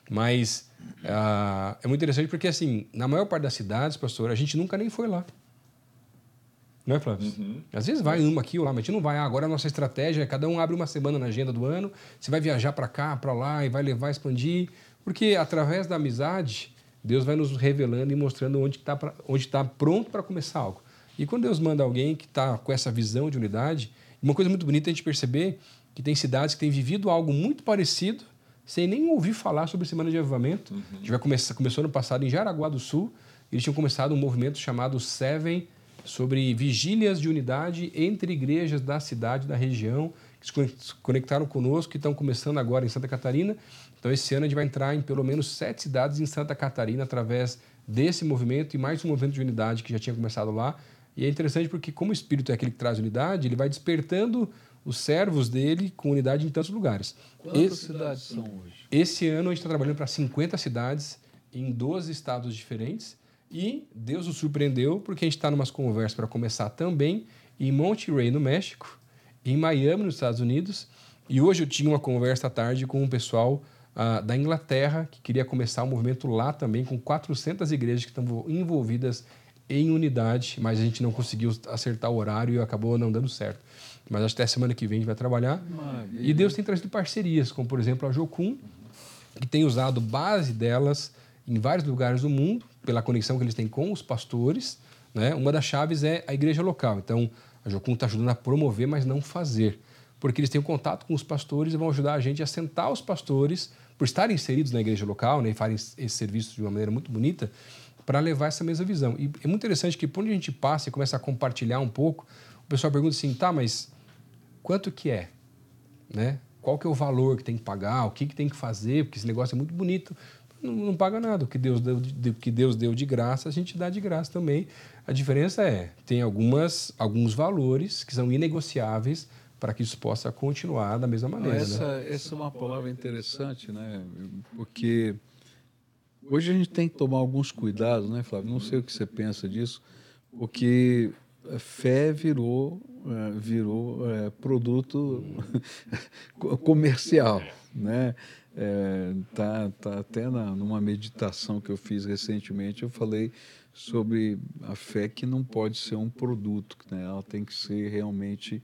Mas ah, é muito interessante porque, assim, na maior parte das cidades, pastor, a gente nunca nem foi lá. Não é, Flávio? Às vezes vai uma aqui ou lá, mas a gente não vai. Ah, agora a nossa estratégia é cada um abre uma semana na agenda do ano, você vai viajar para cá, para lá e vai levar, expandir. Porque através da amizade, Deus vai nos revelando e mostrando onde está onde tá pronto para começar algo. E quando Deus manda alguém que está com essa visão de unidade, uma coisa muito bonita é a gente perceber que tem cidades que têm vivido algo muito parecido, sem nem ouvir falar sobre Semana de Avivamento. Uhum. A gente vai começar, começou no passado em Jaraguá do Sul, eles tinham começado um movimento chamado Seven, sobre vigílias de unidade entre igrejas da cidade, da região, que se conectaram conosco, que estão começando agora em Santa Catarina. Então, esse ano a gente vai entrar em pelo menos sete cidades em Santa Catarina através desse movimento e mais um movimento de unidade que já tinha começado lá. E é interessante porque, como o Espírito é aquele que traz unidade, ele vai despertando os servos dele com unidade em tantos lugares. Quantas esse, cidades são hoje? Esse ano a gente está trabalhando para cinquenta cidades em doze estados diferentes. E Deus nos surpreendeu porque a gente está em umas conversas para começar também em Monterrey, no México, em Miami, nos Estados Unidos. E hoje eu tinha uma conversa à tarde com um pessoal uh, da Inglaterra que queria começar um movimento lá também, com quatrocentas igrejas que estão envolvidas em unidade, mas a gente não conseguiu acertar o horário e acabou não dando certo. Mas acho que até semana que vem a gente vai trabalhar. Maravilha. E Deus tem trazido parcerias, como por exemplo a Jocum, que tem usado base delas em vários lugares do mundo, pela conexão que eles têm com os pastores, né? Uma das chaves é a igreja local. Então, a Jocum está ajudando a promover, mas não fazer. Porque eles têm um contato com os pastores e vão ajudar a gente a sentar os pastores, por estarem inseridos na igreja local, né? E farem esse serviço de uma maneira muito bonita, para levar essa mesma visão. E é muito interessante que, por onde a gente passa e começa a compartilhar um pouco, o pessoal pergunta assim, tá, mas quanto que é? Né? Qual que é o valor que tem que pagar? O que, que tem que fazer? Porque esse negócio é muito bonito. Não, não paga nada. O que Deus deu de, que Deus deu de graça, a gente dá de graça também. A diferença é, tem algumas, alguns valores que são inegociáveis para que isso possa continuar da mesma maneira. Essa, né? essa é uma palavra interessante, né? Porque hoje a gente tem que tomar alguns cuidados, né, Flávio? Não sei o que você pensa disso, porque a fé virou, virou é, produto comercial, né? É, tá, tá até na, numa meditação que eu fiz recentemente, eu falei sobre a fé que não pode ser um produto, né? Ela tem que ser realmente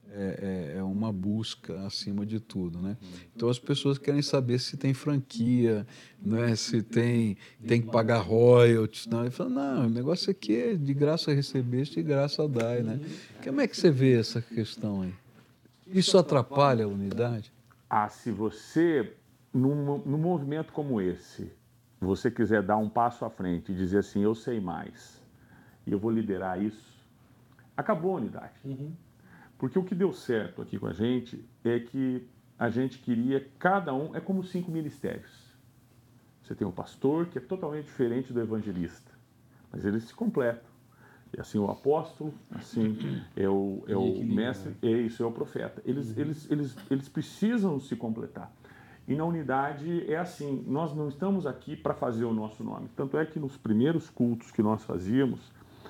é, é, é uma busca acima de tudo, né? Então as pessoas querem saber se tem franquia, né? Se tem, tem que pagar royalties, não? E fala, não, o negócio aqui é de graça recebeste, de graça dai, né? Como é que você vê essa questão aí? Isso atrapalha a unidade? Ah, se você, num, num movimento como esse, você quiser dar um passo à frente e dizer assim, eu sei mais, e eu vou liderar isso, acabou a unidade. Uhum. Porque o que deu certo aqui com a gente é que a gente queria, cada um, é como cinco ministérios. Você tem um pastor que é totalmente diferente do evangelista, mas eles se completam. E assim o apóstolo, assim é o, é o mestre, é isso, é o profeta. Eles, uhum. eles, eles, eles precisam se completar. E na unidade é assim, nós não estamos aqui para fazer o nosso nome. Tanto é que nos primeiros cultos que nós fazíamos,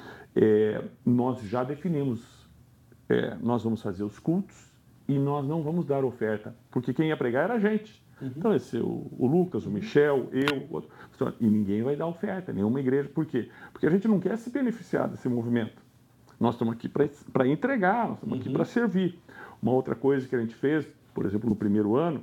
é, nós já definimos, é, nós vamos fazer os cultos e nós não vamos dar oferta, porque quem ia pregar era a gente. Uhum. Então, esse é o, o Lucas, o Michel, eu, o outro, e ninguém vai dar oferta, nenhuma igreja. Por quê? Porque a gente não quer se beneficiar desse movimento. Nós estamos aqui para entregar, nós estamos uhum. aqui para servir. Uma outra coisa que a gente fez, por exemplo, no primeiro ano,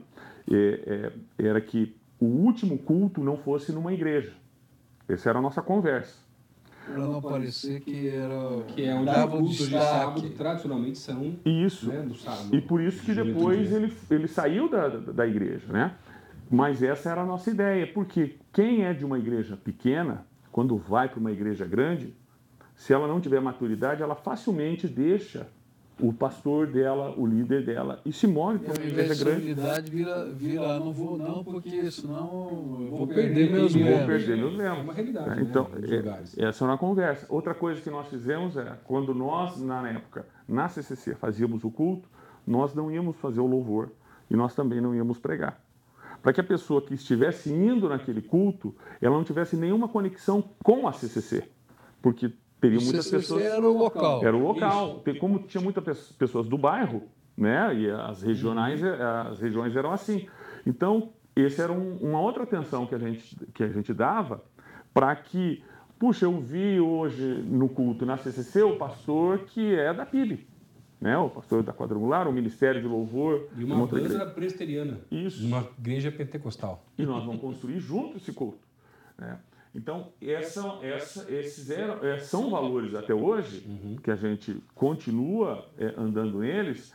é, é, era que o último culto não fosse numa igreja. Essa era a nossa conversa. Para não parecer que era... Que é onde os cultos de sábado tradicionalmente são... Isso. Né, do sábado, e por isso que depois ele, ele saiu da, da, da igreja, né? Mas essa era a nossa ideia, porque quem é de uma igreja pequena, quando vai para uma igreja grande, se ela não tiver maturidade, ela facilmente deixa o pastor dela, o líder dela, e se move para uma igreja grande. A unidade vira, vira, não vou não, porque senão eu vou perder meus membros. Vou perder meus membros. É uma realidade, então, né, é, essa é uma conversa. Outra coisa que nós fizemos é, quando nós, na época, na C C C, fazíamos o culto, nós não íamos fazer o louvor e nós também não íamos pregar. Para que a pessoa que estivesse indo naquele culto, ela não tivesse nenhuma conexão com a C C C, porque teria muitas pessoas... Era o local. Era o local. Isso. Como tinha muitas pessoas do bairro, né? E as regionais, as regiões eram assim. Então, essa era um, uma outra atenção que a gente, que a gente dava para que... Puxa, eu vi hoje no culto na C C C o pastor que é da P I B, né? O pastor da Quadrangular, o Ministério de Louvor... E uma banda presbiteriana. Isso. Uma igreja pentecostal. E nós vamos construir junto esse culto, né? Então, essa, essa, esses eram, é, são valores até hoje, uhum. que a gente continua é, andando neles,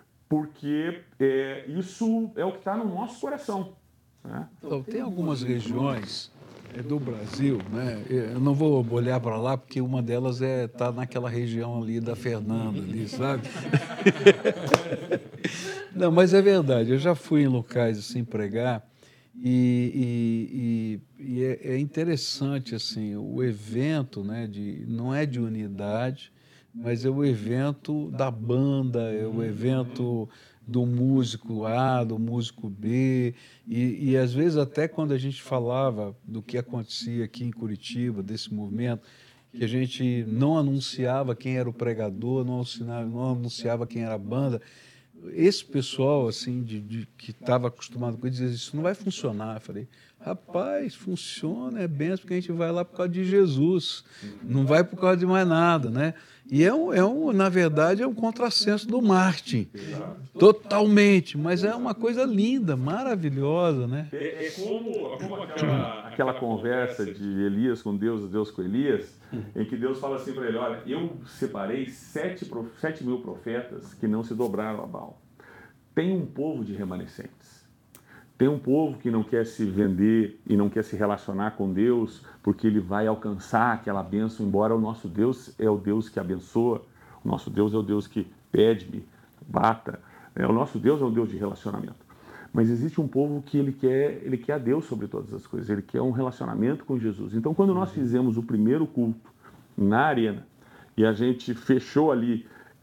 porque é, isso é o que está no nosso coração. Né? Então, tem algumas regiões do Brasil, né? Eu não vou olhar para lá, porque uma delas está é, tá naquela região ali da Fernanda, ali, sabe? Não, mas é verdade, eu já fui em locais assim pregar, E, e, e é, é interessante assim, o evento, né, de, não é de unidade, mas é o evento da banda, é o evento do músico A, do músico B, e, e às vezes até quando a gente falava do que acontecia aqui em Curitiba, desse movimento, que a gente não anunciava quem era o pregador, não anunciava, não anunciava quem era a banda, esse pessoal assim de, de que estava acostumado com isso dizia, isso não vai funcionar. Eu falei, rapaz, funciona, é benção, porque a gente vai lá por causa de Jesus, não vai por causa de mais nada, né? E é um, é um na verdade é um contrassenso do marketing, totalmente, mas é uma coisa linda, maravilhosa, né? É, é como, como aquela, aquela conversa de Elias com Deus, Deus com Elias, em que Deus fala assim para ele, olha, eu separei sete, sete mil profetas que não se dobraram a Baal. Tem um povo de remanescentes. Tem um povo que não quer se vender e não quer se relacionar com Deus porque ele vai alcançar aquela bênção, embora o nosso Deus é o Deus que abençoa, o nosso Deus é o Deus que pede, bata, é, o nosso Deus é o Deus de relacionamento. Mas existe um povo que ele quer, ele quer a Deus sobre todas as coisas, ele quer um relacionamento com Jesus. Então, quando nós fizemos o primeiro culto na arena e a gente fechou ali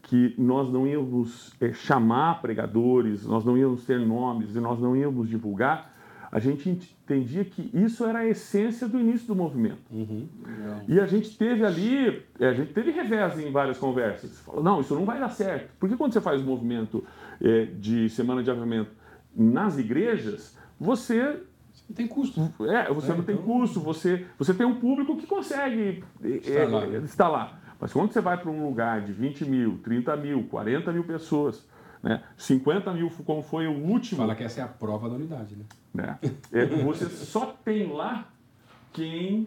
que nós não íamos é, chamar pregadores, nós não íamos ter nomes e nós não íamos divulgar, a gente entendia que isso era a essência do início do movimento. Uhum. E a gente teve ali, a gente teve revés em várias conversas. Falou, não, isso não vai dar certo. Porque quando você faz o movimento é, de semana de avivamento nas igrejas, você... Não tem custo. É, você é, não tem então... custo, você, você tem um público que consegue estar, é, lá, né? estar lá. Mas quando você vai para um lugar de vinte mil, trinta mil, quarenta mil pessoas, né, cinquenta mil, como foi o último... Fala que essa é a prova da unidade, né? É, é, você só tem lá quem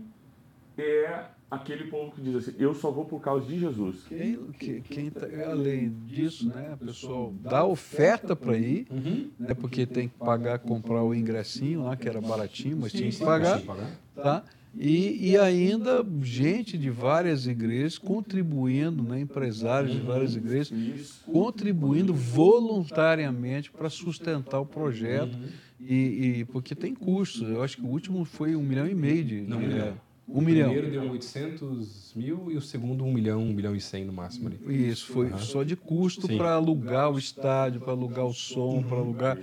é aquele povo que diz assim, eu só vou por causa de Jesus. Quem, quem, quem tá, além disso, né, o pessoal dá oferta para ir, uhum. né, porque tem que pagar, comprar o ingressinho lá, que era baratinho, mas sim, tinha que pagar, tá? E, e ainda gente de várias igrejas contribuindo, né, empresários de várias igrejas, contribuindo voluntariamente para sustentar o projeto, e, e porque tem custo. Eu acho que o último foi um milhão e meio de... Não, de, é, um milhão. O primeiro deu oitocentos mil e o segundo um milhão, um milhão e cem no máximo. Ali. Isso, foi uhum. só de custo para alugar o estádio, para alugar o som, para alugar...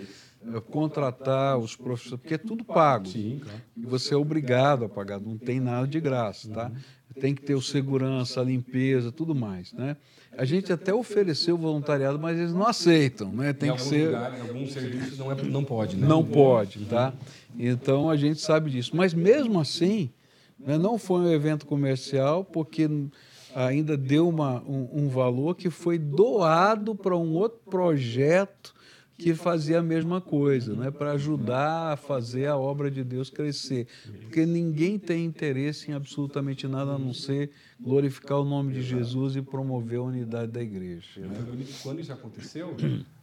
contratar os professores, porque é tudo pago. Sim, claro. E você é obrigado a pagar, não tem nada de graça, tá? Tem que ter o segurança, a limpeza, tudo mais, né? A gente até ofereceu voluntariado, mas eles não aceitam, né? Tem em que ser... Lugar, em alguns serviços não, é, não pode, né? Não pode, tá? Então, a gente sabe disso. Mas, mesmo assim, né, não foi um evento comercial, porque ainda deu uma, um, um valor que foi doado para um outro projeto que fazia a mesma coisa, né, para ajudar a fazer a obra de Deus crescer. Porque ninguém tem interesse em absolutamente nada a não ser glorificar o nome de Jesus e promover a unidade da igreja. Né? Quando isso aconteceu,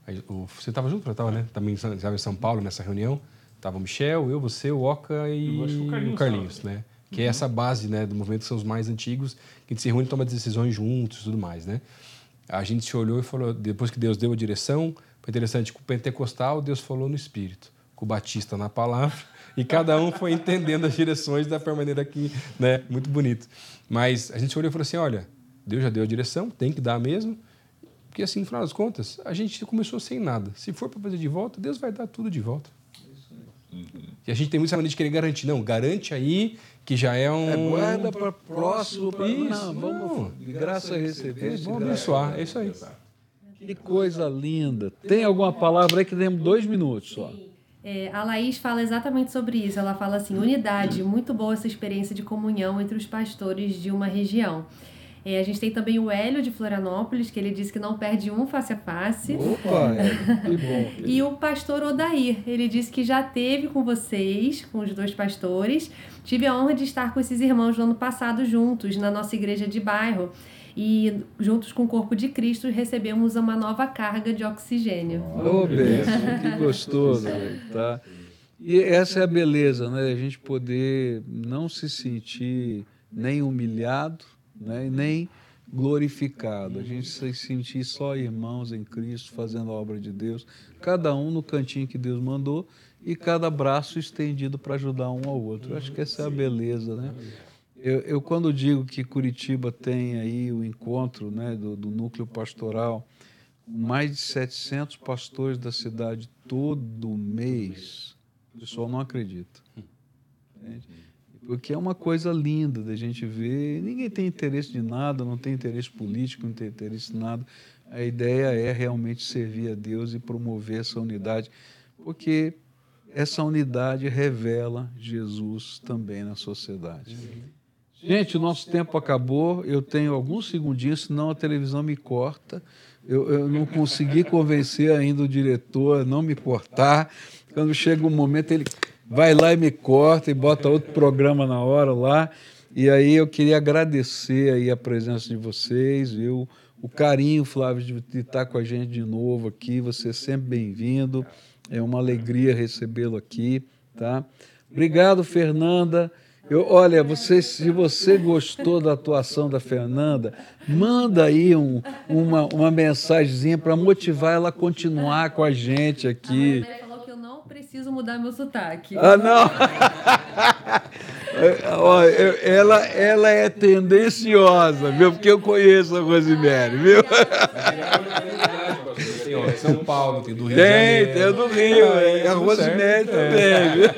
você estava junto, estava, né? Também estava em São Paulo nessa reunião. Estava o Michel, eu, você, o Oca e o Carlinhos, o Carlinhos né? Que é essa base, né, do movimento, que são os mais antigos, que a gente se reúne e toma decisões juntos e tudo mais, né? A gente se olhou e falou, depois que Deus deu a direção, foi interessante, com o pentecostal, Deus falou no Espírito, com o batista na palavra, e cada um foi entendendo as direções da maneira que, né, muito bonito. Mas a gente olhou e falou assim, olha, Deus já deu a direção, tem que dar mesmo, porque assim, no final das contas, a gente começou sem nada. Se for para fazer de volta, Deus vai dar tudo de volta. Uhum. E a gente tem muita maneira de querer garantir. Não, garante aí que já é um... É guarda para próximo. Pra... Isso, não, vamos, de graça a receber. É, vamos abençoar, é isso aí. Que coisa linda. Tem alguma palavra aí que temos dois minutos só? É, a Laís fala exatamente sobre isso. Ela fala assim, unidade, muito boa essa experiência de comunhão entre os pastores de uma região. É, a gente tem também o Hélio de Florianópolis, que ele disse que não perde um face a face. Opa, que bom. E o pastor Odair, ele disse que já teve com vocês, com os dois pastores. Tive a honra de estar com esses irmãos no ano passado juntos, na nossa igreja de bairro. E juntos com o corpo de Cristo recebemos uma nova carga de oxigênio. Ô, oh, bênção, que gostoso, tá? E essa é a beleza, né? A gente poder não se sentir nem humilhado, né? Nem glorificado. A gente se sentir só irmãos em Cristo, fazendo a obra de Deus, cada um no cantinho que Deus mandou e cada braço estendido para ajudar um ao outro. Eu acho que essa é a beleza, né? Eu, eu, quando digo que Curitiba tem aí o encontro, né, do, do núcleo pastoral, mais de setecentos pastores da cidade todo mês, o pessoal não acredita. Entende? Porque é uma coisa linda da gente ver. Ninguém tem interesse de nada, não tem interesse político, não tem interesse em nada. A ideia é realmente servir a Deus e promover essa unidade, porque essa unidade revela Jesus também na sociedade. Gente, o nosso tempo acabou, eu tenho alguns segundinhos, senão a televisão me corta. Eu, eu não consegui convencer ainda o diretor a não me cortar. Quando chega um momento, ele vai lá e me corta e bota outro programa na hora lá. E aí eu queria agradecer aí a presença de vocês, viu? O carinho, Flávio, de estar com a gente de novo aqui. Você é sempre bem-vindo. É uma alegria recebê-lo aqui, tá? Obrigado, Fernanda. Eu, olha, você, se você gostou da atuação da Fernanda, manda aí um, uma, uma mensagenzinha para motivar ela a continuar com a gente aqui. A André falou que eu não preciso mudar meu sotaque. Ah, não! Ela, ela é tendenciosa, viu? Porque eu conheço a Rosemary, viu? Tem ó, São Paulo, tem do Rio tem, de Janeiro. Tem, do Rio, é, a Rosemary também, viu?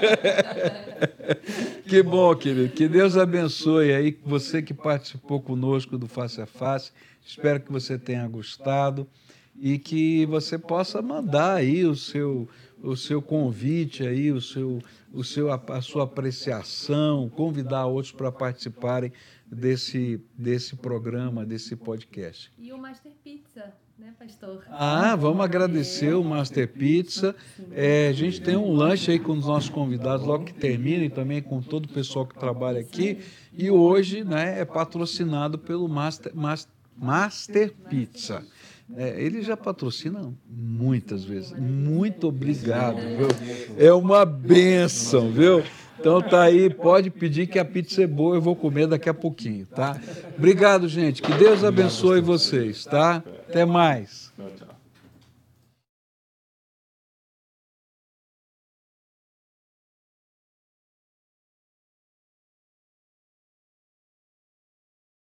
Que bom, querido. Que Deus abençoe aí você que participou conosco do Face a Face. Espero que você tenha gostado e que você possa mandar aí o seu, o seu convite aí, o seu, o seu, a sua apreciação, convidar outros para participarem desse, desse programa, desse podcast. E o Master Pizza, né, pastor? Ah, vamos agradecer o Master Pizza. É, a gente tem um lanche aí com os nossos convidados logo que termina e também com todo o pessoal que trabalha aqui. E hoje, né, é patrocinado pelo Master, Master, Master Pizza. É, ele já patrocina muitas vezes. Muito obrigado, viu? É uma bênção, viu? Então tá aí, pode pedir que a pizza é boa, eu vou comer daqui a pouquinho, tá? Obrigado, gente. Que Deus abençoe vocês, tá? Até mais. Tchau, tchau.